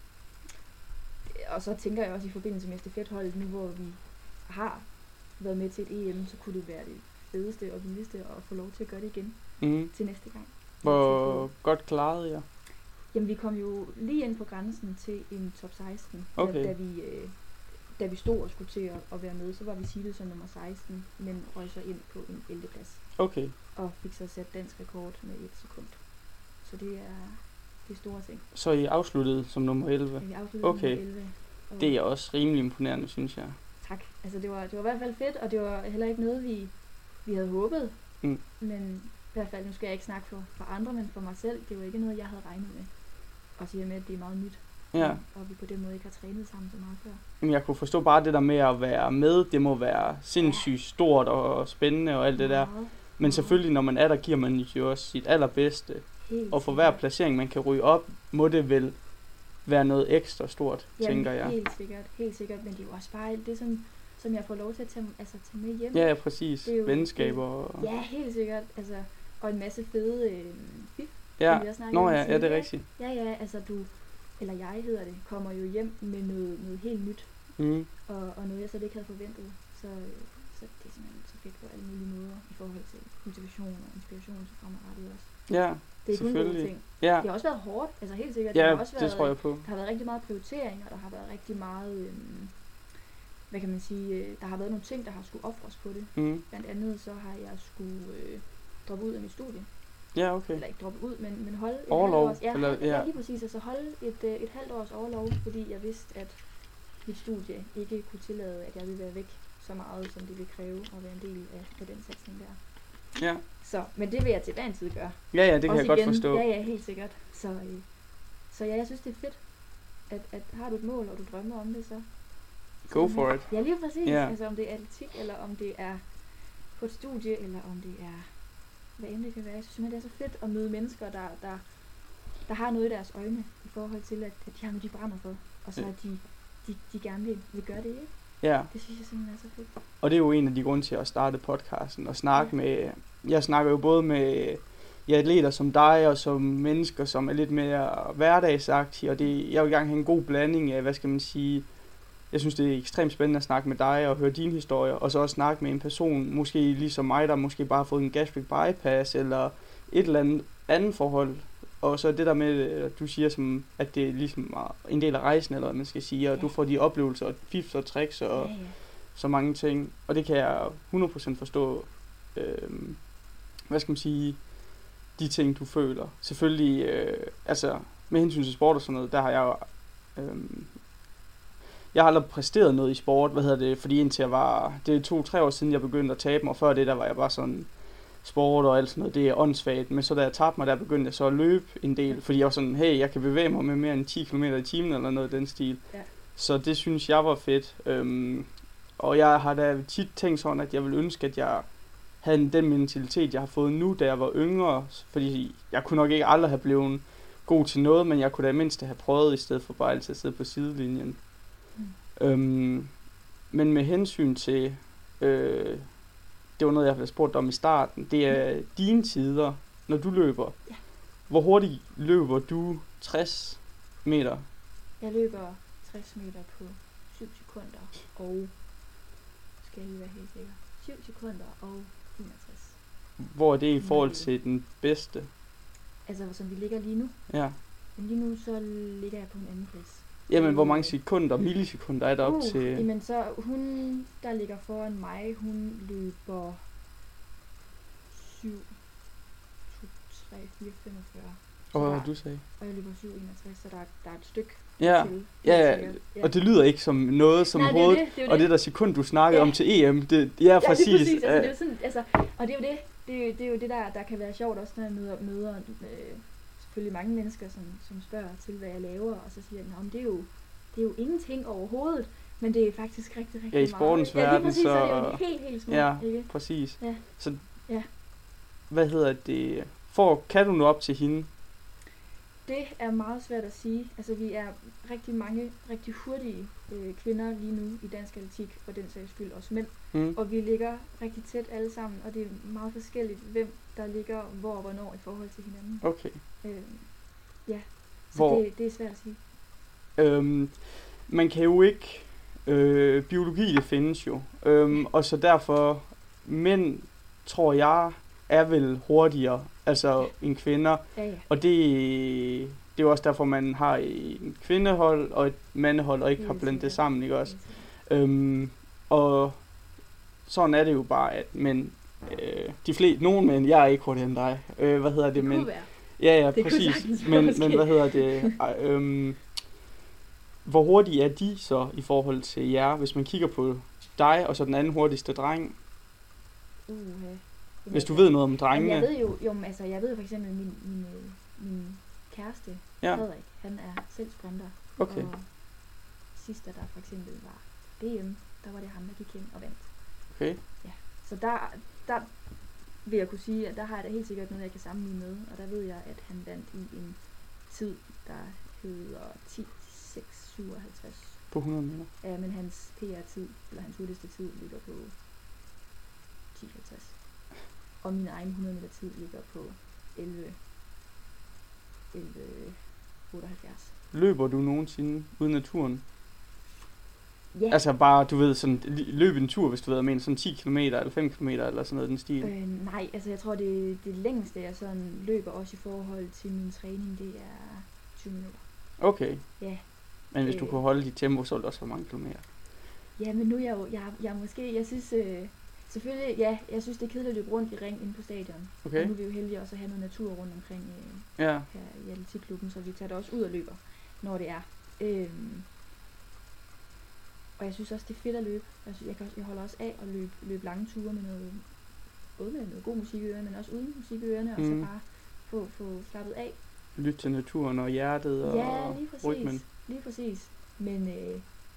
Og så tænker jeg også i forbindelse med stafetholdet, nu hvor vi har været med til et E M, så kunne det være det fedeste og vildeste at få lov til at gøre det igen Mm. til næste gang. Hvor godt klarede jeg? Jamen, vi kom jo lige ind på grænsen til en top seksten, Okay. da, da, vi, øh, da vi stod og skulle til at, at være med, så var vi seedet som nummer seksten, men røg så ind på en ellevte plads, Okay. og fik så sat dansk rekord med et sekund. Så det er, det er store ting. Så I afsluttede som nummer elleve. Men vi afsluttede Okay. med elleve. Og Det er også rimelig imponerende, synes jeg. tak. Altså, det var, det var i hvert fald fedt, og det var heller ikke noget, vi, vi havde håbet. Mm. Men i hvert fald, nu skal jeg ikke snakke for, for andre, men for mig selv, det var ikke noget, jeg havde regnet med. Og siger med, at det er meget nyt Ja. og, og vi på den måde ikke har trænet sammen så meget før. Jamen, jeg kunne forstå bare det der med at være med, det må være sindssygt stort og spændende og alt det der. Meget. Men selvfølgelig, når man er der, giver man jo også sit allerbedste. Helt Og for hver sikkert. placering, man kan ryge op, må det vel være noget ekstra stort, Jamen, tænker jeg. helt sikkert, helt sikkert, men det er jo også bare alt det, som, som jeg får lov til at tage, altså, tage med hjem. Ja, ja, præcis. Det er jo- Venskaber og... Ja, helt sikkert, altså, og en masse fede øh, fif, Ja. som vi også snakkede Nå om ja, ja, det er tidligere. rigtigt. Ja, ja, altså du, eller jeg hedder det, kommer jo hjem med noget, noget helt nyt, Mm. og, og noget jeg slet ikke havde forventet, så, øh, så det er simpelthen så fedt på alle mulige måder, i forhold til motivation og inspiration så fremadrettet også. Ja, Det er kun gode selvfølgelig. ting. Ja, Det har også været hårdt, altså helt sikkert. det ja har også det været, tror jeg på. Der har været rigtig meget prioritering, og der har været rigtig meget, øhm, hvad kan man sige, øh, der har været nogle ting, der har skulle ofres på det. Mm. Blandt andet så har jeg skulle øh, droppe ud af mit studie. Ja, okay. Eller ikke droppe ud, men, men holde et Orlov, halvt års, ja, eller- ja. ja. ja, lige præcis. Altså holde et, øh, et halvt års overlov, fordi jeg vidste, at mit studie ikke kunne tillade, at jeg ville være væk så meget, som det ville kræve at være en del af, af den satsning der. Ja, Så, men det vil jeg til hver en tid gøre. ja, ja det kan Også jeg godt igen. forstå. Ja, ja, helt sikkert. Så, øh, så ja, jeg synes, det er fedt, at, at har du et mål, og du drømmer om det, så... Go for it. Ja, lige præcis. Ja. Altså om det er atletik, eller om det er på et studie, eller om det er, hvad end det kan være. Jeg synes simpelthen, det er så fedt at møde mennesker, der, der, der har noget i deres øjne, i forhold til, at, at de har noget, de brænder for, og så Ja. at de, de, de gerne vil, vil gøre det, ikke? Ja, Det synes jeg simpelthen er så fedt. og det er jo en af de grunde til at starte podcasten og snakke med... Jeg snakker jo både med ja, atleter som dig, og som mennesker, som er lidt mere hverdagsagtige, og det, jeg vil gerne have en god blanding af, hvad skal man sige... Jeg synes, det er ekstremt spændende at snakke med dig og høre dine historier, og så også snakke med en person, måske ligesom mig, der måske bare har fået en gastric bypass, eller et eller andet andet forhold. Og så det der med, at du siger, som, at det er ligesom en del af rejsen, eller hvad man skal sige, og Ja. du får de oplevelser, og fifs og tricks, og Ja, ja. så mange ting. Og det kan jeg hundrede procent forstå, øhm, hvad skal man sige, de ting, du føler. Selvfølgelig, øh, altså med hensyn til sport og sådan noget, der har jeg jo... Øhm, Jeg har aldrig præsteret noget i sport, hvad hedder det, fordi indtil jeg var, det er to-tre år siden, jeg begyndte at tabe mig, og før det, der var jeg bare sådan, sport og alt sådan noget, det er åndssvagt, men så da jeg tabte mig, der begyndte jeg så at løbe en del, fordi jeg var sådan, hey, jeg kan bevæge mig med mere end ti kilometer i timen, eller noget af den stil. Ja. Så det synes jeg var fedt, øhm, og jeg har da tit tænkt sådan, at jeg ville ønske, at jeg havde den mentalitet, jeg har fået nu, da jeg var yngre, fordi jeg kunne nok ikke aldrig have blevet god til noget, men jeg kunne da mindst have prøvet, i stedet for bare altid at sidde på sidelinjen. Mm. Øhm, men med hensyn til, øh, det var noget, jeg havde spurgt om i starten, det er mm. dine tider, når du løber. Ja. Hvor hurtigt løber du tres meter? Jeg løber tres meter på syv sekunder, og skal jeg lige være helt sikker, syv sekunder og enogtres. Hvor er det i forhold Nej. til den bedste? Altså, som vi ligger lige nu. Ja. Men lige nu, så ligger jeg på en anden plads. Jamen, hvor mange sekunder, millisekunder er der op uh, til? Jamen, så hun, der ligger foran mig, hun løber syv, to, tre, fire, femogfyrre. Så Åh, der- oh, du sagde. Og jeg løber syv enogtres, så der, er- der er et stykke Ja, til. ja, helt ja, sikkert. og det lyder ikke som noget som Nej, det er hovedet. det, det er jo Og det. det der sekund, du snakkede Ja. om til E M, det, ja, Ja, præcis. det er præcis. Altså, Ja. det er jo sådan, altså, og det er jo det, det er jo det, er jo det der, der kan være sjovt også, når jeg møder, møder øh, selvfølgelig mange mennesker, som, som spørger til, hvad jeg laver, og så siger jeg, at det er jo, det er jo ingenting overhovedet, men det er faktisk rigtig, rigtig Ja, i meget. sportens Ja, lige verden, præcis, så er det jo så- helt, helt små, Ja. ikke? Præcis. Ja. Så, Ja. hvad hedder det? For, kan du nå op til hende? Det er meget svært at sige. Altså, vi er rigtig mange rigtig hurtige øh, kvinder lige nu i dansk atletik, for den sags skyld også mænd. Mm. Og vi ligger rigtig tæt alle sammen, og det er meget forskelligt, hvem der ligger hvor og hvornår i forhold til hinanden. Okay. Øh, ja, så Hvor- det, det er svært at sige. Øhm, man kan jo ikke... Øh, biologi, det findes jo. Øhm, og så derfor, mænd, tror jeg, er vel hurtigere, altså en kvinder. Ja, ja. Og det, det er jo også derfor, man har en kvindehold og et mandehold, og ikke har Helt blandet det sikkert. sammen, ikke også? Helt sikkert. Øhm, og sådan er det jo bare, at men øh, de fleste, nogen mænd, jeg er ikke hurtigere end dig, øh, hvad hedder det, Det men, kunne være. ja, ja, det kunne præcis, sagtens men, måske. men hvad hedder det, ej, øhm, hvor hurtige er de så i forhold til jer, hvis man kigger på dig, og så den anden hurtigste dreng, Uh, hvis du ved noget om drengene? Jeg ved jo, jo altså, jeg ved for eksempel, min, min, øh, min kæreste, Ja. Frederik, han er selv sprinter. Okay. Og sidst, da der for eksempel var B M, der var det ham, der gik hen og vandt. Okay. Ja, så der, der vil jeg kunne sige, at der har jeg da helt sikkert noget, jeg kan sammenligne med. Og der ved jeg, at han vandt i en tid, der hedder ti seks syvoghalvtreds. På hundrede meter? Ja, men hans P R-tid, eller hans hurtigste tid, ligger på ti halvtreds. Og min egen hundrede meter tid ligger på elleve otteoghalvfjerds. Løber du nogensinde ude i naturen? Ja. Altså bare, du ved, sådan løb en tur, hvis du ved, jeg mener sådan ti kilometer eller fem kilometer eller sådan noget den stil. Øh, nej, altså jeg tror, det, det længste, jeg sådan løber også i forhold til min træning, det er tyve minutter. Okay. Ja. Men hvis øh, du kunne holde dit tempo, så ville det også være mange kilometer. Ja, men nu er jeg jo, jeg, jeg måske, jeg synes, øh, selvfølgelig, ja, jeg synes, det er kedeligt at løbe rundt i ring inde på stadion. Okay. Og nu er vi jo heldige også at have noget natur rundt omkring øh, Ja. her i atletikklubben, så vi tager det også ud og løber, når det er. Øhm, og jeg synes også, det er fedt at løbe. Jeg, synes, jeg, kan også, jeg holder også af at løbe, løbe lange ture med noget, både med noget god musik i ørerne, men også uden musik i ørerne, mm. og så bare få, få slappet af. Lyt til naturen og hjertet og ja, lige præcis, rytmen. lige præcis. Men øh,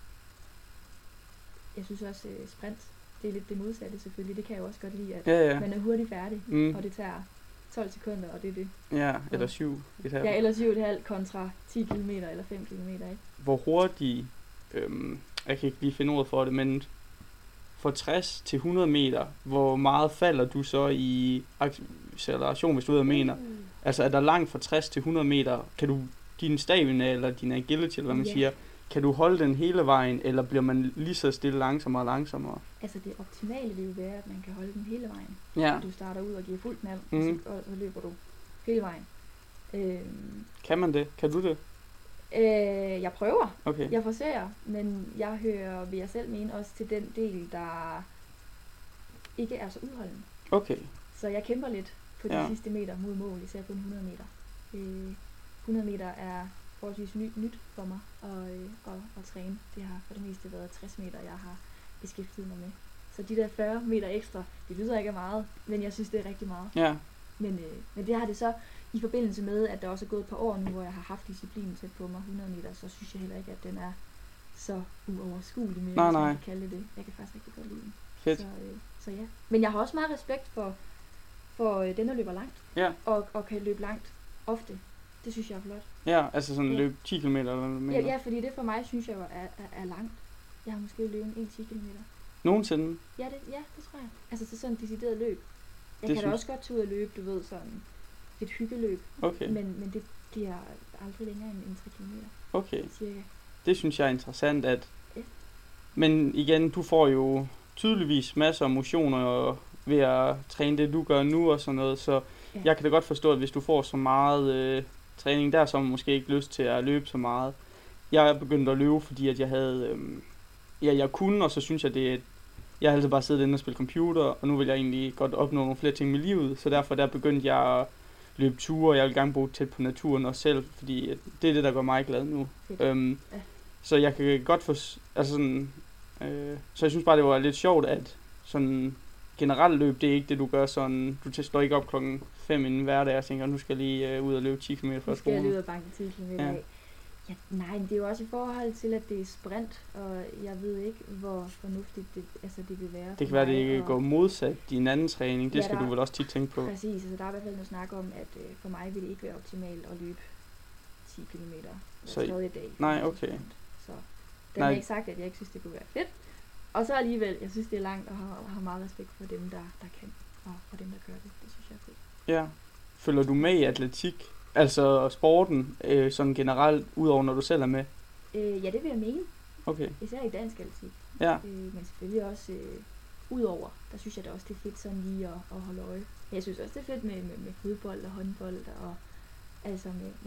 jeg synes også, øh, sprint, det er lidt det modsatte selvfølgelig. Det kan jeg jo også godt lide, at Ja, ja. man er hurtigt færdig, Mm. og det tager tolv sekunder, og det er det. Ja, eller syv. Et halvt. Ja, eller syv komma fem kontra ti kilometer eller fem kilometer, ikke? Hvor hurtigt, øhm, jeg kan ikke lige finde ordet for det, men fra tres til hundrede meter, hvor meget falder du så i acceleration, hvis du ved, hvad jeg mener? Mm. Altså er der langt fra tres til hundrede meter, kan du din stamina eller din agility, eller hvad man Ja. siger, kan du holde den hele vejen, eller bliver man lige så stille langsommere og langsommere? Altså det optimale vil jo være, at man kan holde den hele vejen. Ja. Du starter ud og giver fuld knald, Mhm. og, så, og så løber du hele vejen. Øhm, Kan man det? Kan du det? øh, jeg prøver. Okay. Jeg forsøger, men jeg hører, vil jeg selv mene, også til den del, der ikke er så udholdende. Okay. Så jeg kæmper lidt på de Ja. sidste meter mod mål, især på en hundrede meter. Øh, hundrede meter er forholdsvis nyt, nyt for mig at, øh, at, at træne. Det har for det meste været tres meter, jeg har beskæftiget mig med. Så de der fyrre meter ekstra, det lyder ikke af meget, men jeg synes, det er rigtig meget. Ja. Men, øh, men det har det så i forbindelse med, at der også er gået et par år nu, hvor jeg har haft disciplinen tæt på mig hundrede meter, så synes jeg heller ikke, at den er så uoverskuelig mere, Nej, hvis man nej. kan kalde det det. Jeg kan faktisk rigtig godt lide den. Fedt. Så, øh, så ja. Men jeg har også meget respekt for, for øh, dem, der løber langt, Ja. og, og kan løbe langt ofte. Det synes jeg er flot. Ja, altså sådan Ja. løb ti kilometer eller hvad du mener. Ja, ja, fordi det for mig, synes jeg, jo er, er, er langt. Jeg har måske løbet en ti kilometer. Nogensinde? Ja det, ja, det tror jeg. Altså til sådan et decideret løb. Jeg Det kan da synes- også godt tage ud og løbe, du ved, sådan et hyggeløb. Okay. Men, men det bliver aldrig længere end, end tre kilometer, Okay. cirka. Det synes jeg er interessant, at... Ja. Men igen, du får jo tydeligvis masser af motioner ved at træne det, du gør nu og sådan noget, så Ja. jeg kan da godt forstå, at hvis du får så meget øh, træning der, så har man måske ikke lyst til at løbe så meget. Jeg er begyndt at løbe, fordi at jeg havde... Øh, ja, jeg kunne, og så synes jeg, det er... Jeg har altid bare siddet inde og spillet computer, og nu vil jeg egentlig godt opnå nogle flere ting med livet, så derfor der begyndte jeg at løbe ture, og jeg vil gerne bo tæt på naturen også selv, fordi at det er det, der gør mig glad nu. Fedt. Øhm, Ja. Så jeg kan godt få... Altså sådan, øh, så jeg synes bare, det var lidt sjovt, at sådan generelt løb, det er ikke det, du gør sådan... Du står ikke op klokken fem inden hverdag og tænker, nu skal jeg lige øh, ud og løbe ti kilometer Nu fra skal jeg skolen. løbe og banke ti kilometer Ja. af. Ja, nej, men det er jo også i forhold til, at det er sprint, og jeg ved ikke, hvor fornuftigt det, altså det vil være. Det for kan være, at det mig ikke at- går modsat din anden træning. Det Ja, skal der- du vel også tit tænke på. Præcis, altså der er i hvert fald noget snak om, at øh, for mig vil det ikke være optimalt at løbe ti kilometer Så hver i- tredje dag. nej, som okay. sprint. Så den Nej. har ikke sagt, at jeg ikke synes, det kunne være fedt. Og så alligevel, jeg synes, det er langt, og har, har meget respekt for dem, der, der kan, og for dem, der gør det. Det synes jeg er fedt. Ja. Følger du med i atletik? Altså sporten, øh, sådan generelt, udover når du selv er med? Øh, ja, det vil jeg mene. Okay. Især i dansk atletik. Ja. Øh, men selvfølgelig også øh, udover, der synes jeg da også, det er fedt sådan lige at, at holde øje. Men jeg synes også, det er fedt med, med, med fodbold og håndbold og altså med hvad,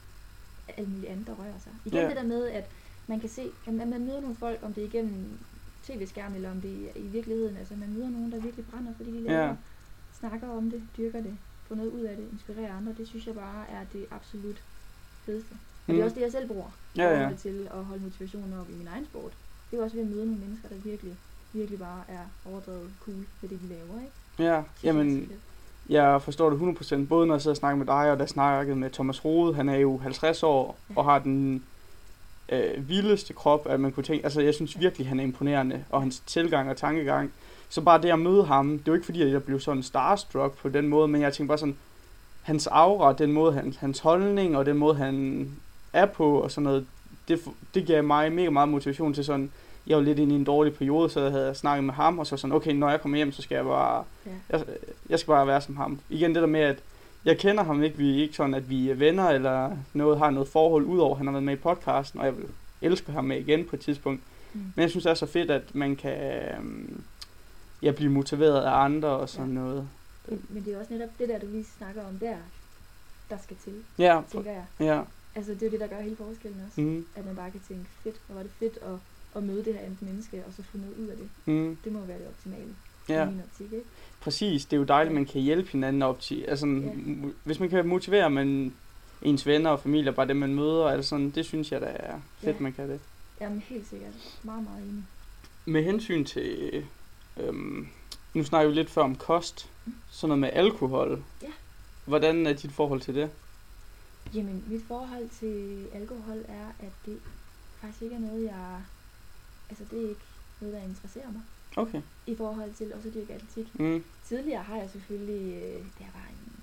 alt muligt andet, der rører sig. Igen Ja. det der med, at man kan se, at man møder nogle folk, om det er igennem tv-skærm, eller om det er i virkeligheden, altså man møder nogen, der virkelig brænder for det, de laver, Ja. snakker om det, dyrker det, får noget ud af det, inspirerer andre. Det synes jeg bare er det absolut fedeste. Og det Mm. er også det, jeg selv bruger i Ja, ja. forhold til at holde motivationen op i min egen sport. Det er jo også ved at møde nogle mennesker, der virkelig, virkelig bare er overdrevet cool ved det, de laver, ikke? Ja, Synes jeg er jamen, så fedt. jeg forstår det hundrede procent, både når jeg sidder og snakker med dig, og der snakker med Thomas Rode. Han er jo halvtreds år, Ja. og har den øh, vildeste krop, at man kunne tænke, altså jeg synes virkelig, han er imponerende, og hans tilgang og tankegang. Så bare det at møde ham, det er jo ikke fordi, at jeg blev sådan starstruck på den måde, men jeg tænkte bare sådan, hans aura, den måde, hans, hans holdning, og den måde, han er på, og sådan noget, det, det gav mig mega meget motivation til sådan, jeg var lidt inde i en dårlig periode, så jeg havde snakket med ham, og så sådan, okay, når jeg kommer hjem, så skal jeg bare, Ja. jeg, jeg skal bare være som ham. Igen det der med, at jeg kender ham ikke, vi er ikke sådan, at vi er venner, eller noget, har noget forhold, udover han har været med i podcasten, og jeg vil elske ham med igen på et tidspunkt. Mm. Men jeg synes, det er så fedt, at man kan øhm, ja, blive motiveret af andre, og sådan ja. noget. Men, men det er også netop det der, du lige snakker om der, der skal til, Ja, tænker jeg. ja. Altså, det er jo det, der gør hele forskellen også. Mm. At man bare kan tænke, fedt, hvor var det fedt at, at møde det her andet menneske, og så få noget ud af det. Mm. Det må være det optimale Ja. i min optik, ikke? Præcis, det er jo dejligt, at man kan hjælpe hinanden op til, altså, Ja. m- hvis man kan motivere man, ens venner og familie, bare dem man møder, altså sådan, det synes jeg, der er fedt, Ja. man kan det. Jamen, helt sikkert. Meget, meget enig. Med hensyn til, øhm, nu snakker vi lidt før om kost, sådan noget med alkohol. Ja. Hvordan er dit forhold til det? Jamen, mit forhold til alkohol er, at det faktisk ikke er noget, jeg... Altså, det er ikke noget, der interesserer mig. Okay. I forhold til også at dyrke atletik. Mm. Tidligere har jeg selvfølgelig, øh, da jeg var en...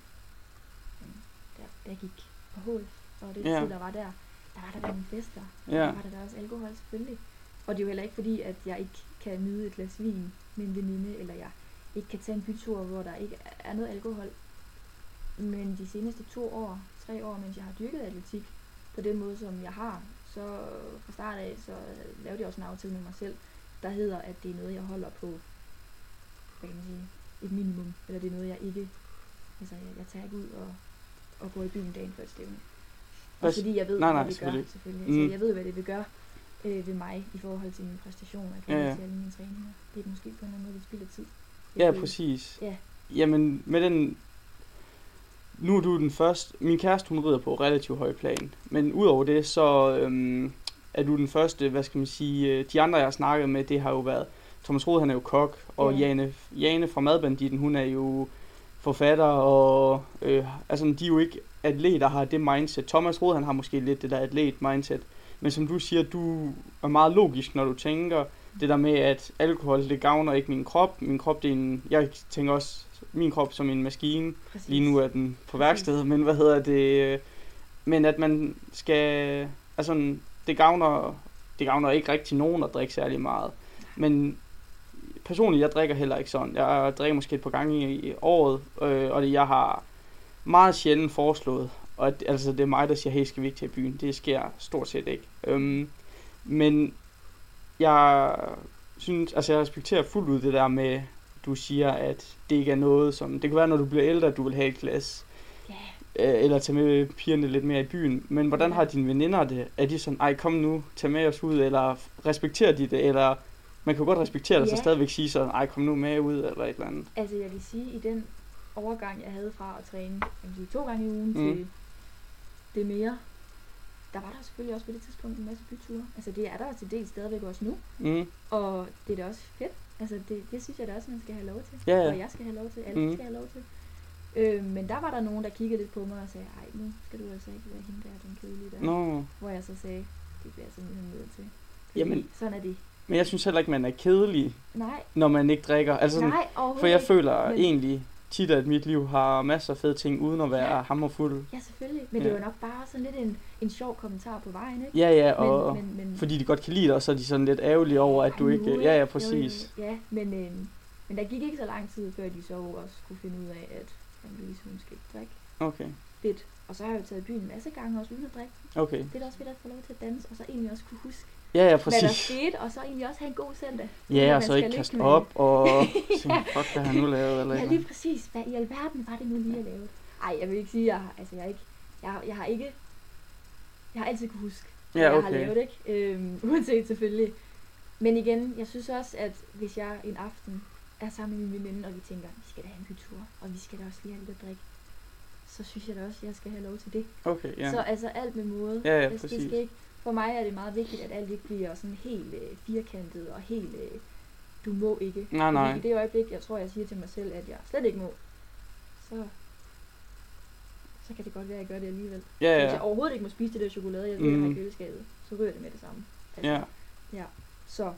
en der, da jeg gik på H F, og det Ja. tid, der var der, der var der nogle fester. Ja. Der var der, der også alkohol, selvfølgelig. Og det er jo heller ikke fordi, at jeg ikke kan nyde et glas vin med en veninde, eller jeg ikke kan tage en bytur, hvor der ikke er noget alkohol. Men de seneste to år, tre år, mens jeg har dyrket atletik, på den måde, som jeg har, så fra start af, så lavede jeg også en aftale med mig selv, der hedder, at det er noget, jeg holder på, hvad kan man sige, et minimum, eller det er noget, jeg ikke, altså jeg, jeg tager ikke ud og, og går i byen dagen før et stævne. Og fordi jeg ved, nej, hvad nej, det gør, selvfølgelig. selvfølgelig. Mm. Altså, jeg ved, hvad det vil gøre øh, ved mig i forhold til mine præstationer, i forhold Ja, ja. til alle mine træninger. Det er måske på en eller anden måde, det spilder tid. Ja, Jeg føler- præcis. Ja. Jamen, med den... Nu er du den første... Min kæreste, hun rider på relativt høj plan. Men udover det, så øhm, er du den første, hvad skal man sige... øh, De andre, jeg har snakket med, det har jo været... Thomas Rode, han er jo kok, og Ja. Jane, Jane fra Madbanditten, hun er jo forfatter, og øh, altså, de er jo ikke atleter, har det mindset. Thomas Rode, han har måske lidt det der atlet-mindset. Men som du siger, du er meget logisk, når du tænker det der med, at alkohol, det gavner ikke min krop. Min krop, det er en... Jeg tænker også min krop som en maskine. Præcis. Lige nu er den på værksted, men hvad hedder det? øh, Men at man skal... Altså, det gavner, det gavner ikke rigtig nogen at drikke særlig meget. Men personligt, jeg drikker heller ikke sådan. Jeg drikker måske et par gange i, i året, øh, og det jeg har meget sjældent foreslået. Og at, altså, det er mig, der siger, hey, skal vi ikke til byen? Det sker stort set ikke. Øhm, men jeg synes, altså jeg respekterer fuldt ud det der med, du siger, at det ikke er noget, som... Det kan være, når du bliver ældre, at du vil have et glas. Ja. Øh, eller tage med pigerne lidt mere i byen. Men hvordan har dine veninder det? Er de sådan, ej, kom nu, tag med os ud, eller respekterer de det? Eller man kan jo godt respektere det, Ja. så stadigvæk sige sådan, ej, kom nu med ud, eller et eller andet. Altså jeg vil sige, i den overgang, jeg havde fra at træne jeg vil sige, to gange i ugen Mm. til det mere, der var der selvfølgelig også på det tidspunkt en masse byture. Altså det er der til dels stadigvæk også nu, Mm. og det er da også fedt. Altså det, det synes jeg da også, man skal have lov til. Ja, ja. Og jeg skal have lov til, alle Mm. skal have lov til. Øh, men der var der nogen, der kiggede lidt på mig og sagde, ej, nu skal du altså ikke være hende der, den kedelige der. Nå. Hvor jeg så sagde, det bliver jeg simpelthen nødt til. Fordi Jamen. sådan er det. Men jeg synes heller ikke, man er kedelig, Nej, når man ikke drikker. Altså, sådan, nej, overhovedet for jeg ikke. føler Men- egentlig tit, at mit liv har masser af fede ting, uden at være Ja. hammerfuld. Ja, selvfølgelig. Men Ja. det var nok bare sådan lidt en, en sjov kommentar på vejen, ikke? Ja, ja, og men, men, men, fordi de godt kan lide dig, og så er de sådan lidt ærgerlige over, at du Ej, ikke... nu, Ja, ja, jo, præcis. jo, jo. Ja, men, øh, men der gik ikke så lang tid, før de så også kunne finde ud af, at Louise, hun skal ikke drikke. Okay, Fedt. Og så har jeg jo taget i byen en masse gange også uden at drikke. okay. Det er da også fedt at få lov til at danse, og så egentlig også kunne huske, Ja, ja, hvad der præcis. skete, og så egentlig også have en god søndag. Ja, Man og så skal ikke lykke kaste med- op og sige, fuck, hvad har han nu lavet, eller Ja, ikke? lige præcis. Hvad i alverden var det nu lige at lave? Ej, jeg vil ikke sige, jeg har, altså jeg har ikke, jeg, har- jeg har ikke, jeg har altid kunne huske, hvad Ja, jeg har okay. lavet, ikke? Øhm, uanset selvfølgelig. Men igen, jeg synes også, at hvis jeg en aften er sammen med min veninde, og vi tænker, vi skal da have en bytur, og vi skal da også lige have lidt at drikke, så synes jeg da også, at jeg skal have lov til det. Okay, ja. Så altså alt med måde. Ja, ja, Altså, det præcis. skal ikke, for mig er det meget vigtigt, at alt ikke bliver sådan helt øh, firkantet og helt, øh, du må ikke. Nej, nej. Fordi i det øjeblik, jeg tror, jeg siger til mig selv, at jeg slet ikke må, så, så kan det godt være, at jeg gør det alligevel. Ja, Hvis ja. jeg overhovedet ikke må spise det der chokolade, jeg ved, Mm. jeg har i køleskabet, så så ryger det med det samme. Altså, Ja. Ja, så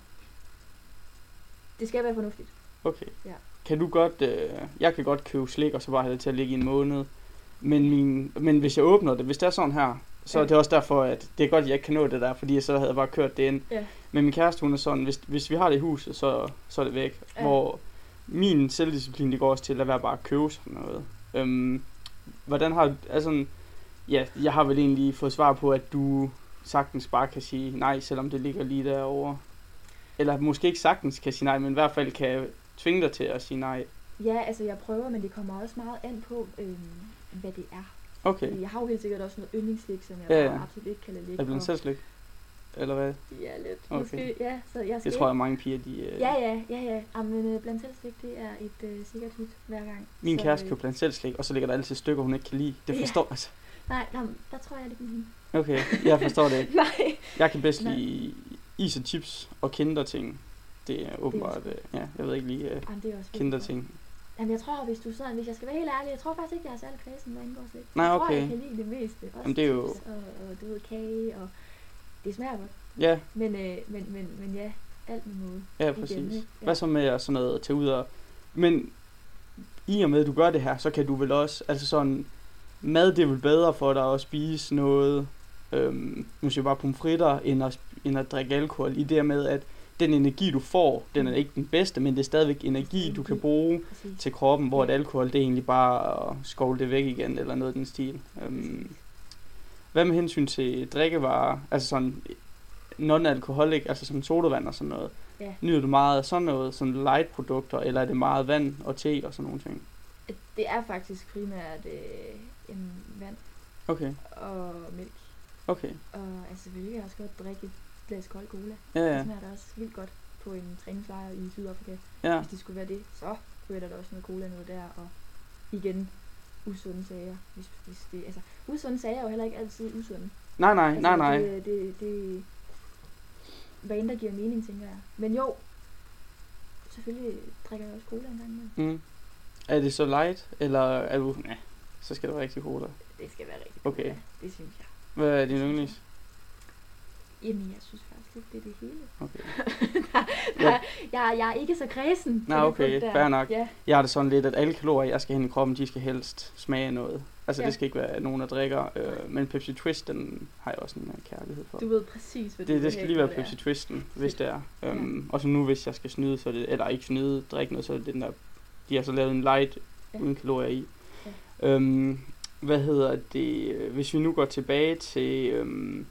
det skal være fornuftigt. Okay. Ja. Kan du godt, øh, jeg kan godt købe slik, og så bare have det til at ligge i en måned. Men, min, men hvis jeg åbner det, hvis det er sådan her, så Ja. er det også derfor, at det er godt, at jeg ikke kan nå det der, fordi så havde jeg bare kørt det ind. Ja. Men min kæreste, hun er sådan, hvis, hvis vi har det i huset, så, så er det væk. Ja. Hvor min selvdisciplin, det går også til at lade være bare at købe sådan noget. Øhm, hvordan har, altså, ja, jeg har vel egentlig fået svar på, at du sagtens bare kan sige nej, selvom det ligger lige derovre. Eller måske ikke sagtens kan sige nej, men i hvert fald kan tvinge dig til at sige nej. Ja, altså jeg prøver, men det kommer også meget an på, øhm, hvad det er. Okay. Fordi jeg har jo helt sikkert også noget yndlingsslik, som jeg Ja, ja, ja. bare absolut ikke kan lade Er ligge. det blevet og- selvslik? Eller hvad? Ja, lidt. Okay. Måske, ja, så jeg skal Det tror jeg, mange piger, de... Øh... Ja, ja, ja, ja. Jamen, uh, blandt selv slik, det er et uh, sikkert hit hver gang. Min så, kæreste øh, køber blandt selv slik, og så ligger der altid stykker, hun ikke kan lide. Det Ja. forstår altså. Nej, nej, der tror jeg lidt med hende. Okay, jeg forstår det ikke. Nej. Jeg kan bedst Nej. lide is og chips og kinderting. Det er åbenbart, også øh, ja, jeg ved ikke lige, uh, Jamen, det er også virkelig kinderting. Jamen, jeg tror, hvis du sådan, hvis jeg skal være helt ærlig, jeg tror faktisk ikke, jeg er særlig kredsen, hvad indgår slik. Nej, Jeg tror, okay. jeg kan lide det meste. Også Jamen, det er jo- chips og, og, du ved, kage, og det smager godt. Ja, Men, øh, men, men, men ja, alt med måde. ja, Igen, præcis. ikke? Ja. Hvad så med at sådan noget tage ud og... Men i og med, at du gør det her, så kan du vel også... Altså sådan... Mad, det er vel bedre for dig at spise noget... Øhm, nu siger jeg bare pomfritter, end at, sp- end at drikke alkohol. I det med, at den energi, du får, den er ikke den bedste, men det er stadigvæk energi, du kan bruge Præcis. til kroppen, hvor Ja. et alkohol, det er egentlig bare at skovle det væk igen, eller noget i den stil. Øhm, hvad med hensyn til drikkevarer, altså sådan non-alkoholik, altså som sodavand og sådan noget? Ja. Nyder du meget af sådan noget, sådan light-produkter, eller er det meget vand og te og sådan nogle ting? Det er faktisk primært øh, jamen, vand Okay, og mælk. okay. Og altså, selvfølgelig kan jeg også godt drikke et glas kold cola. Ja, Det ja, smager da også vildt godt på en træningslejr i Sydafrika. ja, Hvis det skulle være det, så ryger der da også noget cola noget der. Og igen, usunde sager. Hvis, hvis det, altså, usunde sager er jo heller ikke altid usunde. nej, nej, Altså, nej, nej. Det, det, det, hvad end der giver mening, tænker jeg. Men jo, selvfølgelig drikker jeg også cola en gang imellem. Mm. Er det så light, eller er du, ja, så skal det være rigtig cola. Det skal være rigtig Okay. cola. Det synes jeg. Hvad er din yndlings? Jamen, jeg synes faktisk ikke, det er det hele. Okay. jeg, jeg, jeg er ikke så kredsen. Nej, okay, fair nok. Ja, Jeg har det sådan lidt, at alle kalorier, jeg skal hen i kroppen, de skal helst smage af noget. Altså, Ja. det skal ikke være nogen, der drikker. Øh, men Pepsi Twist, den har jeg også en øh, kærlighed for. du ved præcis, hvad du Det, vil det skal have, lige være hvor det er. Pepsi Twisten, hvis Fedt. det er. Øhm, og så nu, hvis jeg skal snyde, så er det, eller ikke snyde, drikke noget, så er det den der, de har så lavet en light Ja. uden kalorier i. Ja. Øhm, hvad hedder det, hvis vi nu går tilbage til øhm,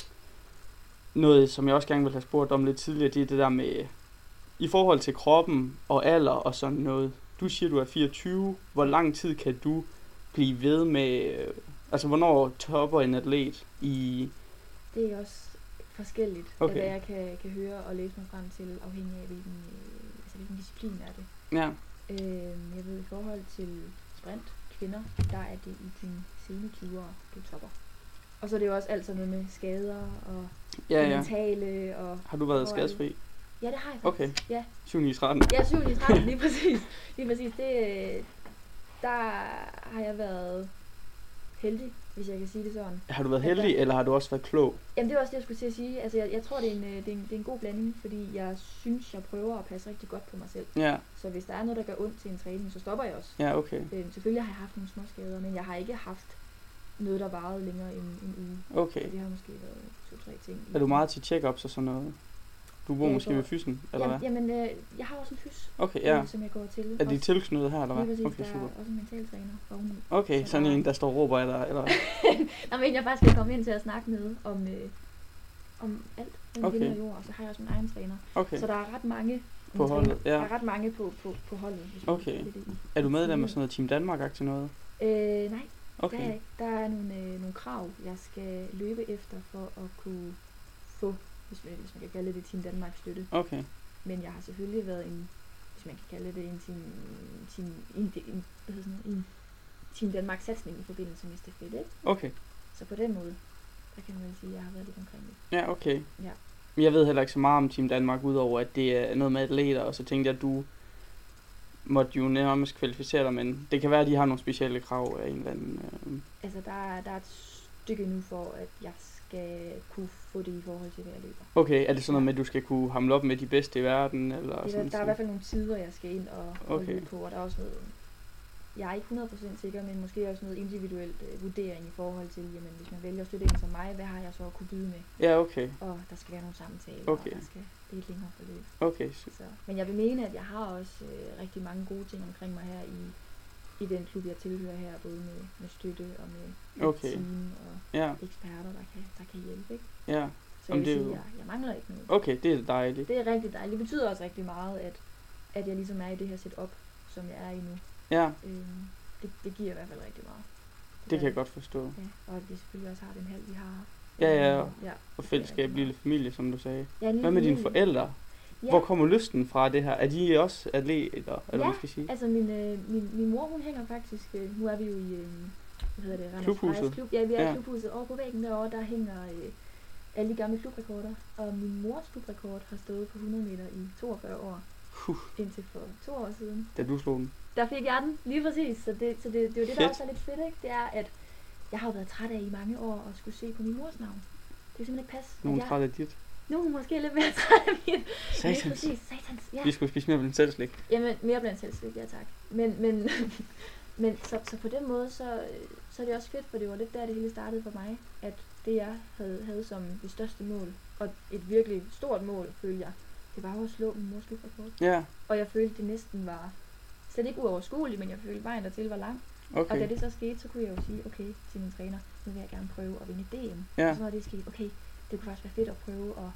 noget, som jeg også gerne vil have spurgt om lidt tidligere, det er det der med, i forhold til kroppen og alder og sådan noget. Du siger, du er fireogtyve. Hvor lang tid kan du blive ved med, øh, altså hvornår topper en atlet i... Det er også forskelligt, Okay. okay. hvad jeg kan, kan høre og læse mig frem til, afhængig af, hvilken, øh, altså, hvilken disciplin er det. Ja, Øh, jeg ved, i forhold til sprint kvinder, der er det i dine sene tyvere, du topper. Og så er det jo også alt sådan noget med skader og ja, det ja. mentale. Og, Har du været Hvor er skadesfri? ja, det har jeg Okay. faktisk. Ja, syv ni tretten. ja syv i tretten, lige præcis. Lige præcis. Det, øh, der har jeg været heldig, hvis jeg kan sige det sådan. Har du været Ja, heldig, der- eller har du også været klog? Jamen det var også det, jeg skulle til at sige. Altså jeg, jeg tror, det er, en, øh, det, er en, det er en god blanding, fordi jeg synes, jeg prøver at passe rigtig godt på mig selv. Ja, Så hvis der er noget, der gør ondt til en træning, så stopper jeg også. ja, okay. Øh, selvfølgelig har jeg haft nogle små skader, men jeg har ikke haft noget, der varede længere end en uge. Okay. Så det har måske været to-tre ting. Er du meget til check-ups og sådan noget? Du bor Ja, måske jeg ved går- fysen, eller hvad? Jamen, jamen øh, jeg har også en fys, Okay, ja. øh, som jeg går til. Er de Også- tilknyttet her, eller Lige hvad? præcis, Okay, der super. er også en mentaltræner oveni. Okay, Så sådan der er- en, der står og råber af dig, eller hvad? Nå, men jeg faktisk vil komme ind til at snakke med om, øh, om alt mellem Okay. himmel og jord, og så har jeg også min egen træner. Okay. Så der er ret mange På mine holdet, træner- ja. Der er ret mange på, på, på holdet. Hvis man Okay. kan kalde det i- Er du med der med teamet. sådan noget Team Danmark-agtigt noget? Øh, nej, der er Okay. jeg ikke. Der er nogle, øh, nogle krav, jeg skal løbe efter for at kunne få, hvis man, hvis man kan kalde det Team Danmark støtte. Okay. Men jeg har selvfølgelig været en, hvis man kan kalde det en Team, team, en, en, hvad hedder sådan noget, en Team Danmark satsning i forbindelse med stafet, ikke? Okay. Så på den måde, der kan man vel sige, at jeg har været lidt omkring det. Ja, okay. Ja. Men jeg ved heller ikke så meget om Team Danmark, udover at det er noget med atleter, og så tænkte jeg, at du måtte jo nærmest kvalificere dig, men det kan være, at de har nogle specielle krav af en eller anden... Øh... Altså, der, er- der er et stykke nu for, at jeg skal kunne få det i forhold til, hvad jeg løber. Okay, er det sådan noget med, at du skal kunne hamle op med de bedste i verden? Eller Det, sådan der er i hvert fald nogle tider, jeg skal ind og, og Okay. løbe på, og der er også noget, jeg er ikke hundrede procent sikker, men måske også noget individuelt øh, vurdering i forhold til, jamen hvis man vælger at støtte en som mig, hvad har jeg så at kunne byde med? Ja, okay. Og der skal være nogle samtaler, Okay. og der skal, det er et længere forløb. Okay, så, Så, men jeg vil mene, at jeg har også øh, rigtig mange gode ting omkring mig her i, i den klub, jeg tilhører her, både med, med støtte og med et Okay. team og ja, eksperter, der kan, der kan hjælpe. Ikke? ja. Så Jamen, jeg det vil er sige, jo- jeg, jeg mangler ikke noget. Okay, det er dejligt. Det er rigtig dejligt. Det betyder også rigtig meget, at, at jeg ligesom er i det her setup, som jeg er i nu. Ja, Øhm, det, det giver i hvert fald rigtig meget. det gør kan jeg godt forstå. Ja, og at vi selvfølgelig også har den hal, vi har. Ja, ja, Øhm, ja. Og fællesskab, lille familie, som du sagde. Ja, en lille Hvad med dine familie. forældre? Ja, Hvor kommer lysten fra det her? Er de også atleter, eller Ja, hvad skal jeg sige? altså min, øh, min, min mor, hun hænger faktisk, øh, nu er vi jo i, øh, hvad hedder det, Randers Klubhuset. Frejas Klub. Ja, vi er Ja. i klubhuset. Over på væggen derovre, der hænger øh, alle de gamle klubrekorder. Og min mors klubrekord har stået på hundrede meter i toogfyrre år, Huh, indtil for to år siden. da du slog den. Der fik jeg den, lige præcis. Så det, så det, det er jo det, der Fedt. også er lidt fedt, ikke? Det er, at jeg har jo været træt af i mange år at skulle se på min mors navn. Det er simpelthen ikke pas. Nogen at jeg, træt af dit. nu er hun måske lidt mere træt af mit. Lige Satans. præcis, satans. Ja. Vi skulle spise mere blandt selvslik. Jamen, mere blandt selvslik, ja tak. Men, men, men så, så på den måde, så, så er det også fedt, for det var lidt der, det hele startede for mig, at det jeg havde, havde som det største mål, og et virkelig stort mål, følte jeg, det var jo at slå min mors klubrekord. Ja, Og jeg følte, det næsten var slet ikke uoverskueligt, men jeg følte, vejen dertil var lang. Og da okay. det så skete, så kunne jeg jo sige, okay, til min træner, nu vil jeg gerne prøve at vinde D M. Ja. Og så var det sket, okay, det kunne faktisk være fedt at prøve at,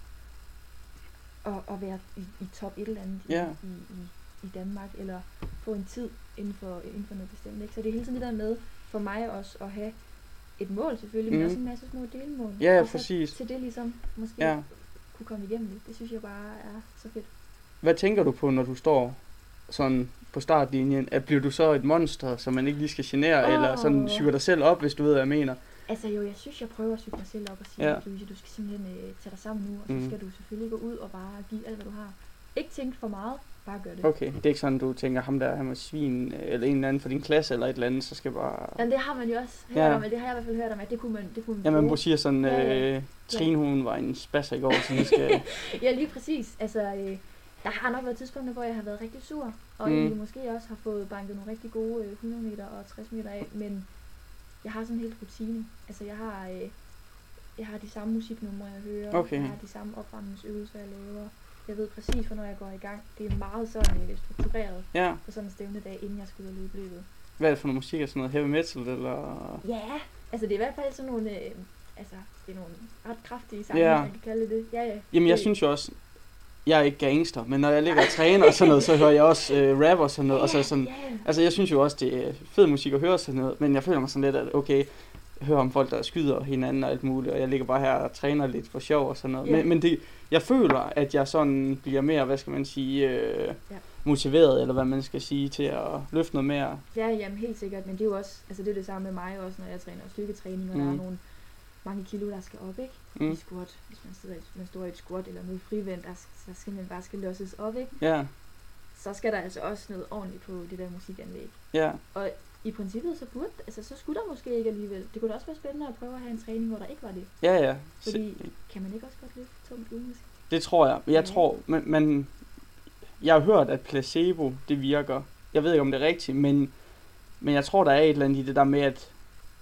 at, at være i, i top et eller andet Ja. i, i, i Danmark, eller få en tid inden for, inden for noget bestemt. Ikke? Så det er hele tiden det der med, for mig også at have et mål selvfølgelig, men Mhm. også en masse små delmål. Ja, ja, og så præcis. til det ligesom måske Ja. kunne komme igennem det. Det synes jeg bare er så fedt. Hvad tænker du på, når du står sådan på startlinjen? At bliver du så et monster, som man ikke lige skal genere, Åh. eller sådan syger dig selv op, hvis du ved, hvad jeg mener? Altså jo, jeg synes, jeg prøver at cykle mig selv op og sige, Ja. ja. Louise, du skal simpelthen øh, tage dig sammen nu, og så Mhm. skal du selvfølgelig gå ud og bare give alt, hvad du har. Ikke tænke for meget, bare gør det. Okay, det er ikke sådan, du tænker, ham der, han var svin, eller en eller anden fra din klasse, eller et eller andet, så skal bare... Men det har man jo også hørt Ja. om, det har jeg i hvert fald hørt om, at det kunne man, det kunne man Ja, man bruge. siger sådan, Ja, ja. øh, Trine, hun var en spasser i går, så vi skal... Ja, lige præcis. Altså, øh, der har nok været tidspunkter, hvor jeg har været rigtig sur, og Mm. mm. egentlig måske også har fået banket nogle rigtig gode øh, hundrede meter og tres meter af, men jeg har sådan en helt rutine. Altså, jeg har, øh, jeg har de samme musiknumre, jeg hører, Okay. jeg har de samme opvarmningsøvelser, jeg laver. Jeg ved præcis, hvornår jeg går i gang. Det er meget sådan øh, struktureret Ja, på sådan en stævnedag, inden jeg skal ud og løbe løbet. hvad er det for noget musik? Er det sådan noget heavy metal, eller... Ja, altså det er i hvert fald sådan nogle, øh, altså det er nogle ret kraftige sange, Ja. ja. man kan kalde det. Ja, ja. Jamen, jeg Det- synes jo også, jeg er ikke gangster, men når jeg ligger og træner og sådan noget, så hører jeg også øh, rap og sådan noget, og så sådan... Ja, ja. Altså, jeg synes jo også, det er fed musik at høre sådan noget, men jeg føler mig sådan lidt, at okay, jeg hører om folk, der skyder hinanden og alt muligt, og jeg ligger bare her og træner lidt for sjov og sådan noget. Ja. Men, men det, jeg føler, at jeg sådan bliver mere, hvad skal man sige, øh, Ja. motiveret, eller hvad man skal sige, til at løfte noget mere. Ja, jamen helt sikkert, men det er jo også, altså det er det samme med mig også, når jeg træner styrketræning, og mm. der Mm. er nogle mange kilo, der skal op, ikke? Mm. I squat, hvis man, sidder i, man står i et squat eller noget frivænd, der, der skal man bare skal løses op, ikke? Ja, Så skal der altså også noget ordentligt på det der musikanlæg. ja, Og i princippet, så burde, altså så skulle der måske ikke alligevel. Det kunne da også være spændende at prøve at have en træning, hvor der ikke var det. ja, ja. Fordi, kan man ikke også godt løfte tungt uden musik? Det tror jeg. Jeg Ja. tror, men, men jeg har hørt, at placebo, det virker. Jeg ved ikke, om det er rigtigt, men, men jeg tror, der er et eller andet i det der med, at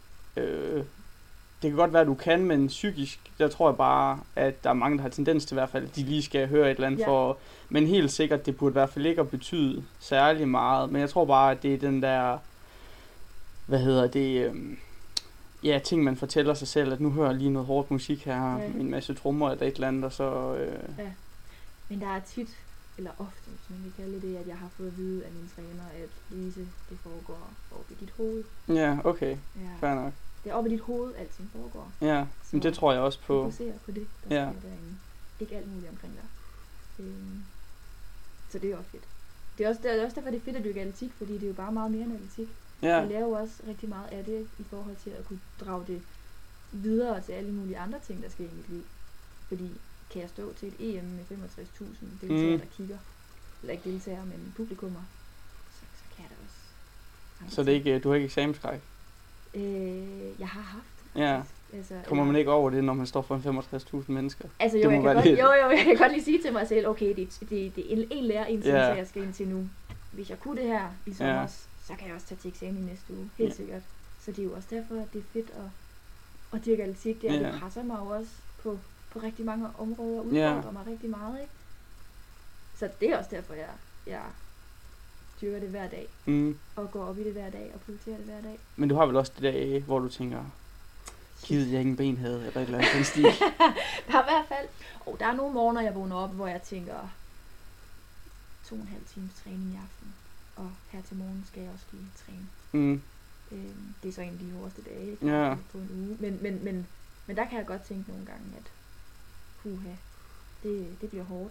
øh, det kan godt være, at du kan, men psykisk, der tror jeg bare, at der er mange, der har tendens til i hvert fald, at de lige skal høre et eller andet Ja. for... Men helt sikkert, det burde i hvert fald ikke at betyde særlig meget. Men jeg tror bare, at det er den der... Hvad hedder det... Øh, ja, ting, man fortæller sig selv, at nu hører jeg lige noget hårdt musik her, Ja. med en masse trommer eller et eller andet, og så... Øh, Men der er tit, eller ofte, hvis man kan kalde det, at jeg har fået at vide af min træner, at Louise, det foregår oppe i dit hoved. ja, okay, Ja. fair nok. Det er oppe i dit hoved, alting foregår. Ja, men det tror jeg også på. Fokuser på det, der Ja. ja. sker derinde. Ikke alt muligt omkring dig. Øhm, så det er også fedt. Det er også, det er også derfor, det er fedt at dyrke atletik, fordi det er jo bare meget mere end atletik. Ja, Jeg lærer jo også rigtig meget af det i forhold til at kunne drage det videre til alle mulige andre ting, der sker i mit liv. Fordi kan jeg stå til et E M med femogtres tusind deltagere, Mm. der kigger, eller ikke deltagere, men publikummer, så, så kan jeg da også. andre så det er ting. ikke, du har ikke eksamensskræk? Øh, jeg har haft. Ja. faktisk. Altså, Kommer eller, man ikke over det, når man står for femogtres tusind mennesker? Altså Det jo, må jeg kan være godt, lidt- jo, jo, jeg kan godt lige sige til mig selv, okay, det, det, det er en, en lærer, en ting, Ja. så jeg skal ind til nu. Hvis jeg kunne det her i sommer, Ja. så kan jeg også tage til eksamen i næste uge, helt Ja. sikkert. Så det er jo også derfor, at det er fedt at, at dyrke atletik. Det, er, Ja. det presser mig jo også på, på rigtig mange områder, og Ja. udfordrer mig rigtig meget, ikke? Så det er også derfor, jeg, jeg dyrker det hver dag, Mm. og går op i det hver dag, og prioriterer det hver dag. Men du har vel også de dage, hvor du tænker, givet jeg ingen ben havde, eller et eller andet den stil. Der er i hvert fald, og der er nogle morgener, jeg vågner op, hvor jeg tænker, to og en halv times træning i aften, og her til morgen skal jeg også lige træne. Mm. Øhm, det er så en af de hårdeste dage ikke? Ja. På en uge. Men, men, men, men der kan jeg godt tænke nogle gange, at puha, det, det bliver hårdt.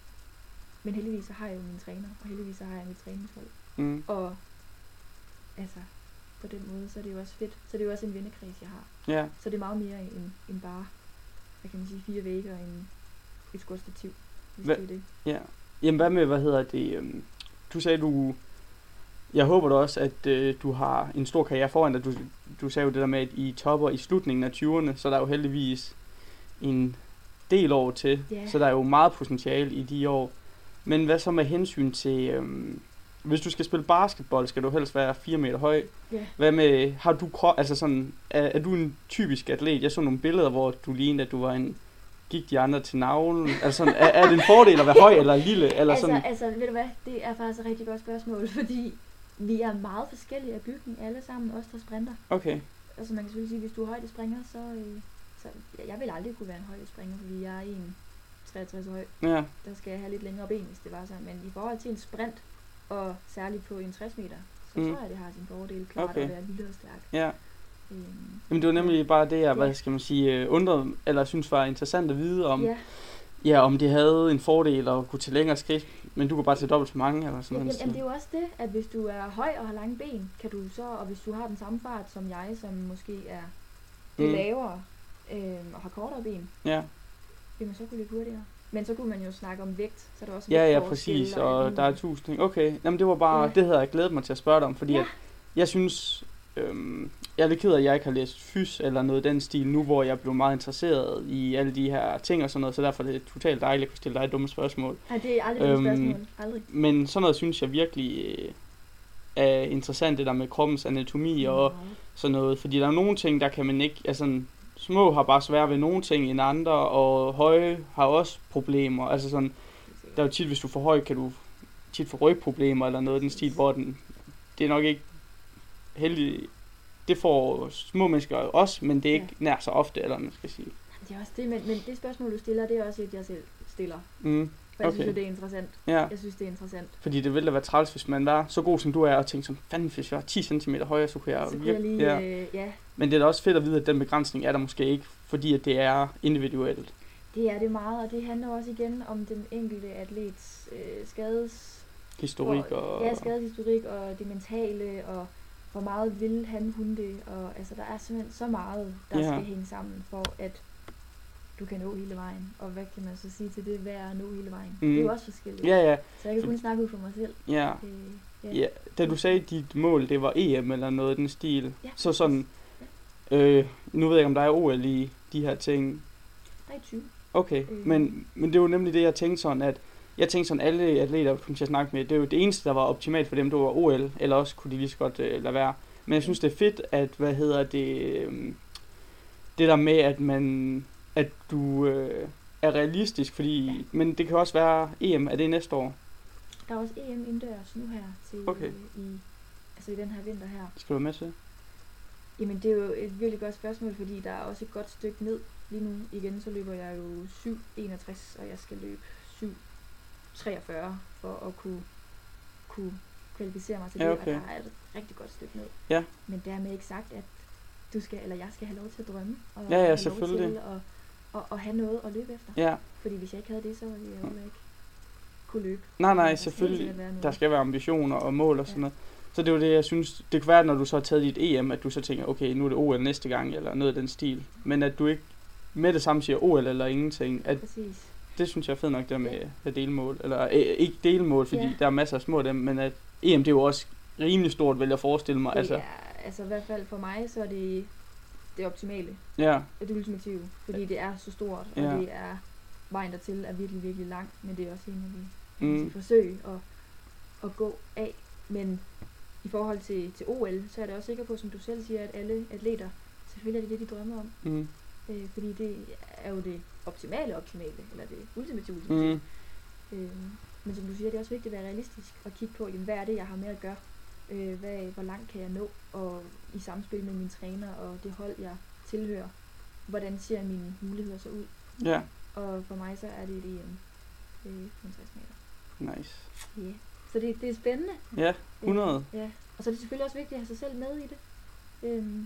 Men heldigvis så har jeg jo min træner, og heldigvis så har jeg mit træningshold. Mm. Og altså, på den måde, så er det jo også fedt. Så det er jo også en vennekreds, jeg har. Ja. Så det er meget mere end, end bare, hvad kan man sige, fire vægge og en, et skurstativ, hvis Hva- det er det. Ja. Jamen hvad med, hvad hedder det, øhm, du sagde du, jeg håber da også, at øh, du har en stor karriere foran dig. Du, du sagde jo det der med, at I topper i slutningen af tyverne, så der er jo heldigvis en del år til, Ja. så der er jo meget potentiale i de år. Men hvad så med hensyn til, øhm, hvis du skal spille basketball, skal du helst være fire meter høj. Ja. Hvad med, har du krop, altså sådan, er, er du en typisk atlet? Jeg så nogle billeder, hvor du lignede, at du var en, gik de andre til navlen. Altså sådan, er, er det en fordel at være høj eller lille? Eller Altså, sådan? altså, ved du hvad, det er faktisk et rigtig godt spørgsmål, fordi vi er meget forskellige af bygning, alle sammen, os der sprinter. Okay, Altså man kan selvfølgelig sige, hvis du er højdespringer, så, øh, så ja, jeg vil aldrig kunne være en højdespringer, fordi jeg er en komma treogtres høj. ja, Der skal jeg have lidt længere ben, hvis det var sådan. Men i forhold til en sprint, og særligt på en tres meter, så Mm. tror jeg, det har sin fordel klart Okay. at være lille og stærk. ja. Øhm, Jamen det var nemlig bare det, jeg, Ja. hvad skal man sige, øh, undrede, eller synes var interessant at vide om, ja. ja, om det havde en fordel at kunne til længere skridt, men du kunne bare til dobbelt så mange, eller sådan Jamen, noget. jamen, det er jo også det, at hvis du er høj og har lange ben, kan du så, og hvis du har den samme fart som jeg, som måske er det Mm. lavere øhm, og har kortere ben, Ja, vil man så kunne løbe hurtigere. Men så kunne man jo snakke om vægt, så er der også ja, ja, vægtforskel præcis, alt og der er muligt. tusind ting. Okay, jamen det var bare, Ja. det havde jeg glædet mig til at spørge dig om, fordi Ja. at jeg synes, øhm, jeg er lidt ked af, at jeg ikke har læst fys eller noget i den stil nu, hvor jeg blev meget interesseret i alle de her ting og sådan noget, så derfor er det totalt dejligt at kunne stille dig et dumme spørgsmål. Nej, det er aldrig Øhm, et spørgsmål. Aldrig. Men sådan noget synes jeg virkelig øh, er interessant, det der med kroppens anatomi og Meget. sådan noget, fordi der er nogle ting, der kan man ikke, altså små har bare svært ved nogle ting end andre, og høje har også problemer, altså sådan, der er jo tit, hvis du er for høj, kan du tit få rygproblemer eller noget i den stil, hvor den, det er nok ikke heldigt, det får små mennesker også, men det er ikke Ja. nær så ofte, eller man skal sige. Det er også det, men, men det spørgsmål, du stiller, det er også et, jeg selv stiller. Mm, For jeg Okay. synes, jo, det er interessant. ja, Jeg synes, det er interessant. fordi det ville da være træls, hvis man var så god som du er, og tænkte sådan, fanden, hvis jeg var ti centimeter højere, så kunne jeg, Så kunne jeg lige, ja. øh, ja, Men det er da også fedt at vide, at den begrænsning er der måske ikke, fordi at det er individuelt. det er det meget, og det handler også igen om den enkelte atlets øh, skades... Historik og... Ja, skadeshistorik og det mentale, og hvor meget vil han, hun det, og altså, der er simpelthen så meget, der Ja. skal hænge sammen, for at du kan nå hele vejen. Og hvad kan man så sige til det, hvad er at nå hele vejen? Mm. Det er jo også forskelligt. Ja, ja, Så jeg kan kun snakke ud for mig selv. ja. Øh, ja. Ja, da du sagde, at dit mål, det var E M eller noget i den stil, Ja, så sådan, øh, nu ved jeg ikke, om der er O L i de her ting. Der er tyve. Okay, Øh. men, men det var nemlig det, jeg tænkte sådan, at jeg tænkte sådan, alle atleter, jeg kom til at snakke med, det er jo det eneste, der var optimalt for dem, det var O L, eller også kunne de lige så godt øh, lade være. Men jeg synes, det er fedt, at, hvad hedder det, øh, det der med, at man, at du øh, er realistisk, fordi, Ja. men det kan også være E M, er det næste år? Der er også E M indendørs nu her til Okay. øh, i, altså i den her vinter her. Skal du være med til? Jamen det er jo et virkelig godt spørgsmål, fordi der er også et godt stykke ned. Lige nu igen, så løber jeg jo syv enogtres, og jeg skal løbe syv treogfyrre for at kunne, kunne kvalificere mig til Ja, det, okay. og der er et rigtig godt stykke ned. Ja. Men dermed ikke sagt, at du skal, eller jeg skal have lov til at drømme, og Ja, ja, have lov selvfølgelig. til at, og, og have noget at løbe efter. Ja, Fordi hvis jeg ikke havde det, så ville jeg jo heller ikke kunne løbe. nej, nej, Der skal helt selvfølgelig. sikkert være noget. Der skal være ambitioner og mål og sådan Ja. noget. Så det er jo det, jeg synes, det kan være, når du så har taget dit E M, at du så tænker, okay, nu er det O L næste gang, eller noget af den stil. Men at du ikke med det samme siger O L eller ingenting, at Præcis. det synes jeg er fedt nok, der med at delmål. Eller øh, ikke delmål, fordi Ja. der er masser af små af dem, men at E M, det er jo også rimelig stort, vil jeg forestille mig. Det Altså, er, altså i hvert fald for mig, så er det det optimale, Ja, det ultimative, fordi det er så stort, og Ja. det er vejen dertil er virkelig, virkelig lang, men det er også en, jeg vil, jeg Mm. vil forsøge at, at gå af. Men i forhold til, til O L, så er det også sikker på, som du selv siger, at alle atleter, selvfølgelig er det det, de drømmer om. mm. Øh, fordi det er jo det optimale optimale, eller det ultimative ultimative. Mm. Øh, men som du siger, det er også vigtigt at være realistisk og kigge på, jamen, hvad er det, jeg har med at gøre? Øh, hvad, hvor langt kan jeg nå? Og i samspil med min træner og det hold, jeg tilhører, hvordan ser mine muligheder så ud? Ja, Og for mig så er det et E M øh, halvtreds meter. nice. Yeah. Så det, det er spændende. Ja, hundrede. Øh, ja. Og så er det selvfølgelig også vigtigt at have sig selv med i det. Øhm,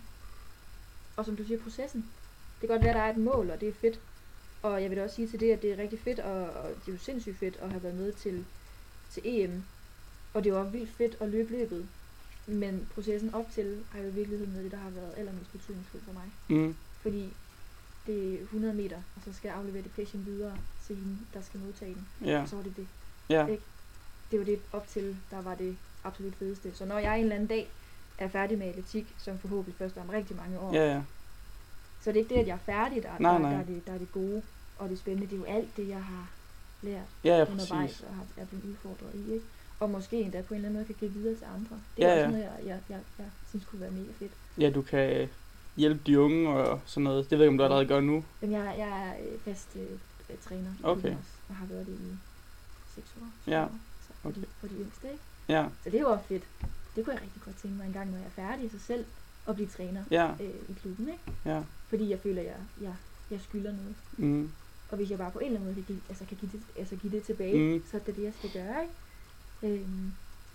og som du siger, processen. Det kan godt være, at der er et mål, og det er fedt. Og jeg vil da også sige til det, at det er rigtig fedt, og, og det er jo sindssygt fedt at have været med til, til E M. Og det er jo også vildt fedt at løbe løbet. Men processen op til har jo i virkeligheden været det, der har været allermest betydningsfuldt for mig. Mm. Fordi det er hundrede meter, og så skal jeg aflevere det patient videre til hende, der skal modtage den. Ja, Og så var det det. ja, Ikke? Det var det op til, der var det absolut fedeste. Så når jeg en eller anden dag er færdig med atletik, som forhåbentlig først om rigtig mange år, ja, ja. så er det ikke det, at jeg er færdig, der, Nej, der, nej. der, er det, der er det gode og det spændende. Det er jo alt det, jeg har lært Ja, ja, undervejs præcis. og har, er blevet udfordret i. Ikke? Og måske endda på en eller anden måde kan give videre til andre. Det Ja, er også ja. noget, jeg, jeg, jeg, jeg synes kunne være mega fedt. Ja, du kan hjælpe de unge og sådan noget. Det ved jeg ikke, om du allerede gør nu. Jamen, jeg, jeg er øh, fast øh, træner i Okay. klubben også, og har været det i seks år. syv Ja. år, så for, Okay. de, for de yngste, ikke? Ja, Så det er jo også fedt. Det kunne jeg rigtig godt tænke mig en gang, når jeg er færdig, så selv at blive træner ja, øh, i klubben, ikke? ja. Fordi jeg føler, at jeg, jeg, jeg skylder noget. Mm. Og hvis jeg bare på en eller anden måde kan give, altså kan give, det, altså give det tilbage, Mm. mm. så er det det, jeg skal gøre, ikke? Øhm,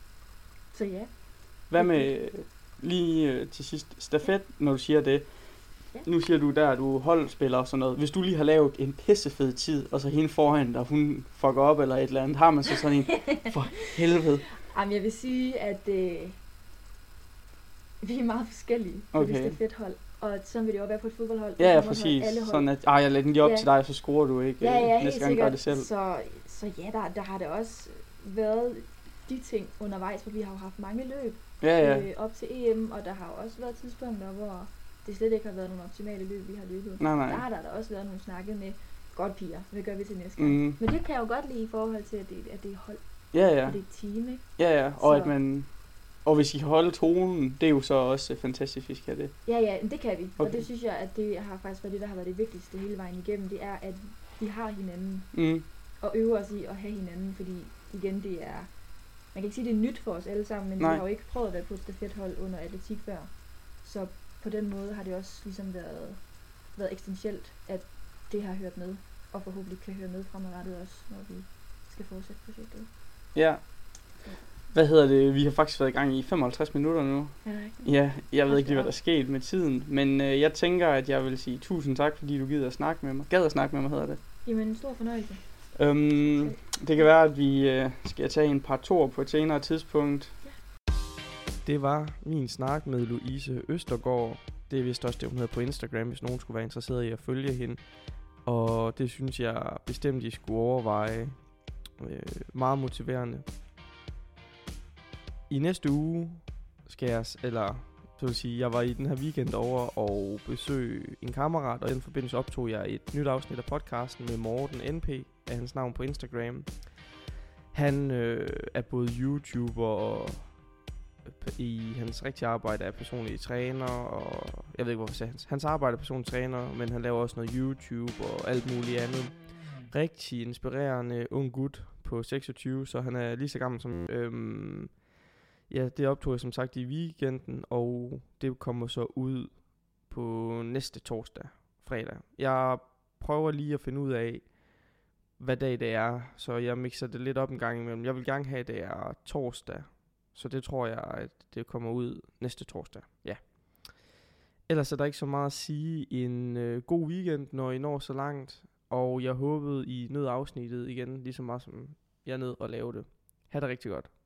så ja. Hvad med lige øh, til sidst stafet, når du siger det? Ja. Nu siger du der, at du er holdspiller og sådan noget. Hvis du lige har lavet en pissefed tid, og så hende foran dig, hun fucker op eller et eller andet, har man så sådan en, for helvede. Jamen, jeg vil sige, at øh, vi er meget forskellige på Okay. det stafethold. Og sådan vil det jo være på et fodboldhold. Ja, ja, På et håndboldhold, præcis. alle hold. Sådan at, ej, jeg lader den lige op Ja. til dig, så scorer du ikke. Ja, øh, ja, helt næste gang gør sikkert. det selv. Så, så ja, der, der har det også været de ting undervejs, for vi har jo haft mange løb Ja, ja. øh, op til E M, og der har jo også været tidspunkter, hvor det slet ikke har været nogle optimale løb, vi har løbet. Nej, Der nej. har der, der også været nogle snakke med, godt piger, hvad gør vi til næste gang? Mm. Men det kan jeg jo godt lide i forhold til, at det, at det er hold, Ja, og ja. det er et team, ikke? Ja, ja. Og Så- at man... Og hvis I kan holde tonen, det er jo så også fantastisk, hvis I kan det. Ja, ja, men det kan vi. Okay. Og Okay. det synes jeg, at det har faktisk været det, der har været det vigtigste hele vejen igennem. Det er, at vi har hinanden Mm. og øver os i at have hinanden, fordi igen, det er... Man kan ikke sige, det er nyt for os alle sammen, men Nej. vi har jo ikke prøvet at være på et stafethold under atletik før. Så på den måde har det også ligesom været, været eksistentielt, at det har hørt med, og forhåbentlig kan høre med fremadrettet også, når vi skal fortsætte projektet. Ja. Hvad hedder det? Vi har faktisk været i gang i femoghalvtreds minutter nu. Er det rigtigt? Ja, jeg ved Hold ikke lige, hvad da der er sket med tiden. Men øh, jeg tænker, at jeg vil sige tusind tak, fordi du gider at snakke med mig. Gad at snakke med mig, hedder det. Jamen, en stor fornøjelse. Øhm, det kan være, at vi øh, skal tage en par toer på et senere tidspunkt. Det var min snak med Louise Østergaard. Det er vist også det, hun hedder på Instagram, hvis nogen skulle være interesseret i at følge hende. Og det synes jeg bestemt, I skulle overveje. Øh, meget motiverende. I næste uge skal jeg, s- eller så vil sige, jeg var i den her weekend over og besøge en kammerat, og i den forbindelse optog jeg et nyt afsnit af podcasten med Morten N P, af hans navn på Instagram. Han øh, er både YouTuber og i hans rigtige arbejde er personlig træner, og jeg ved ikke hvorfor jeg sagde hans. Hans arbejde er personlig træner, men han laver også noget YouTube og alt muligt andet. Rigtig inspirerende ung gut på seksogtyve, så han er lige så gammel som... Øhm, ja, det optog jeg som sagt i weekenden, og det kommer så ud på næste torsdag, fredag. Jeg prøver lige at finde ud af, hvad dag det er, så jeg mixer det lidt op en gang imellem. Jeg vil gerne have, at det er torsdag, så det tror jeg, at det kommer ud næste torsdag. Ja. Ellers er der ikke så meget at sige. En øh, god weekend, når I når så langt. Og jeg håbede, I nød afsnittet igen, lige så meget som jeg nød at lave det. Ha' det rigtig godt.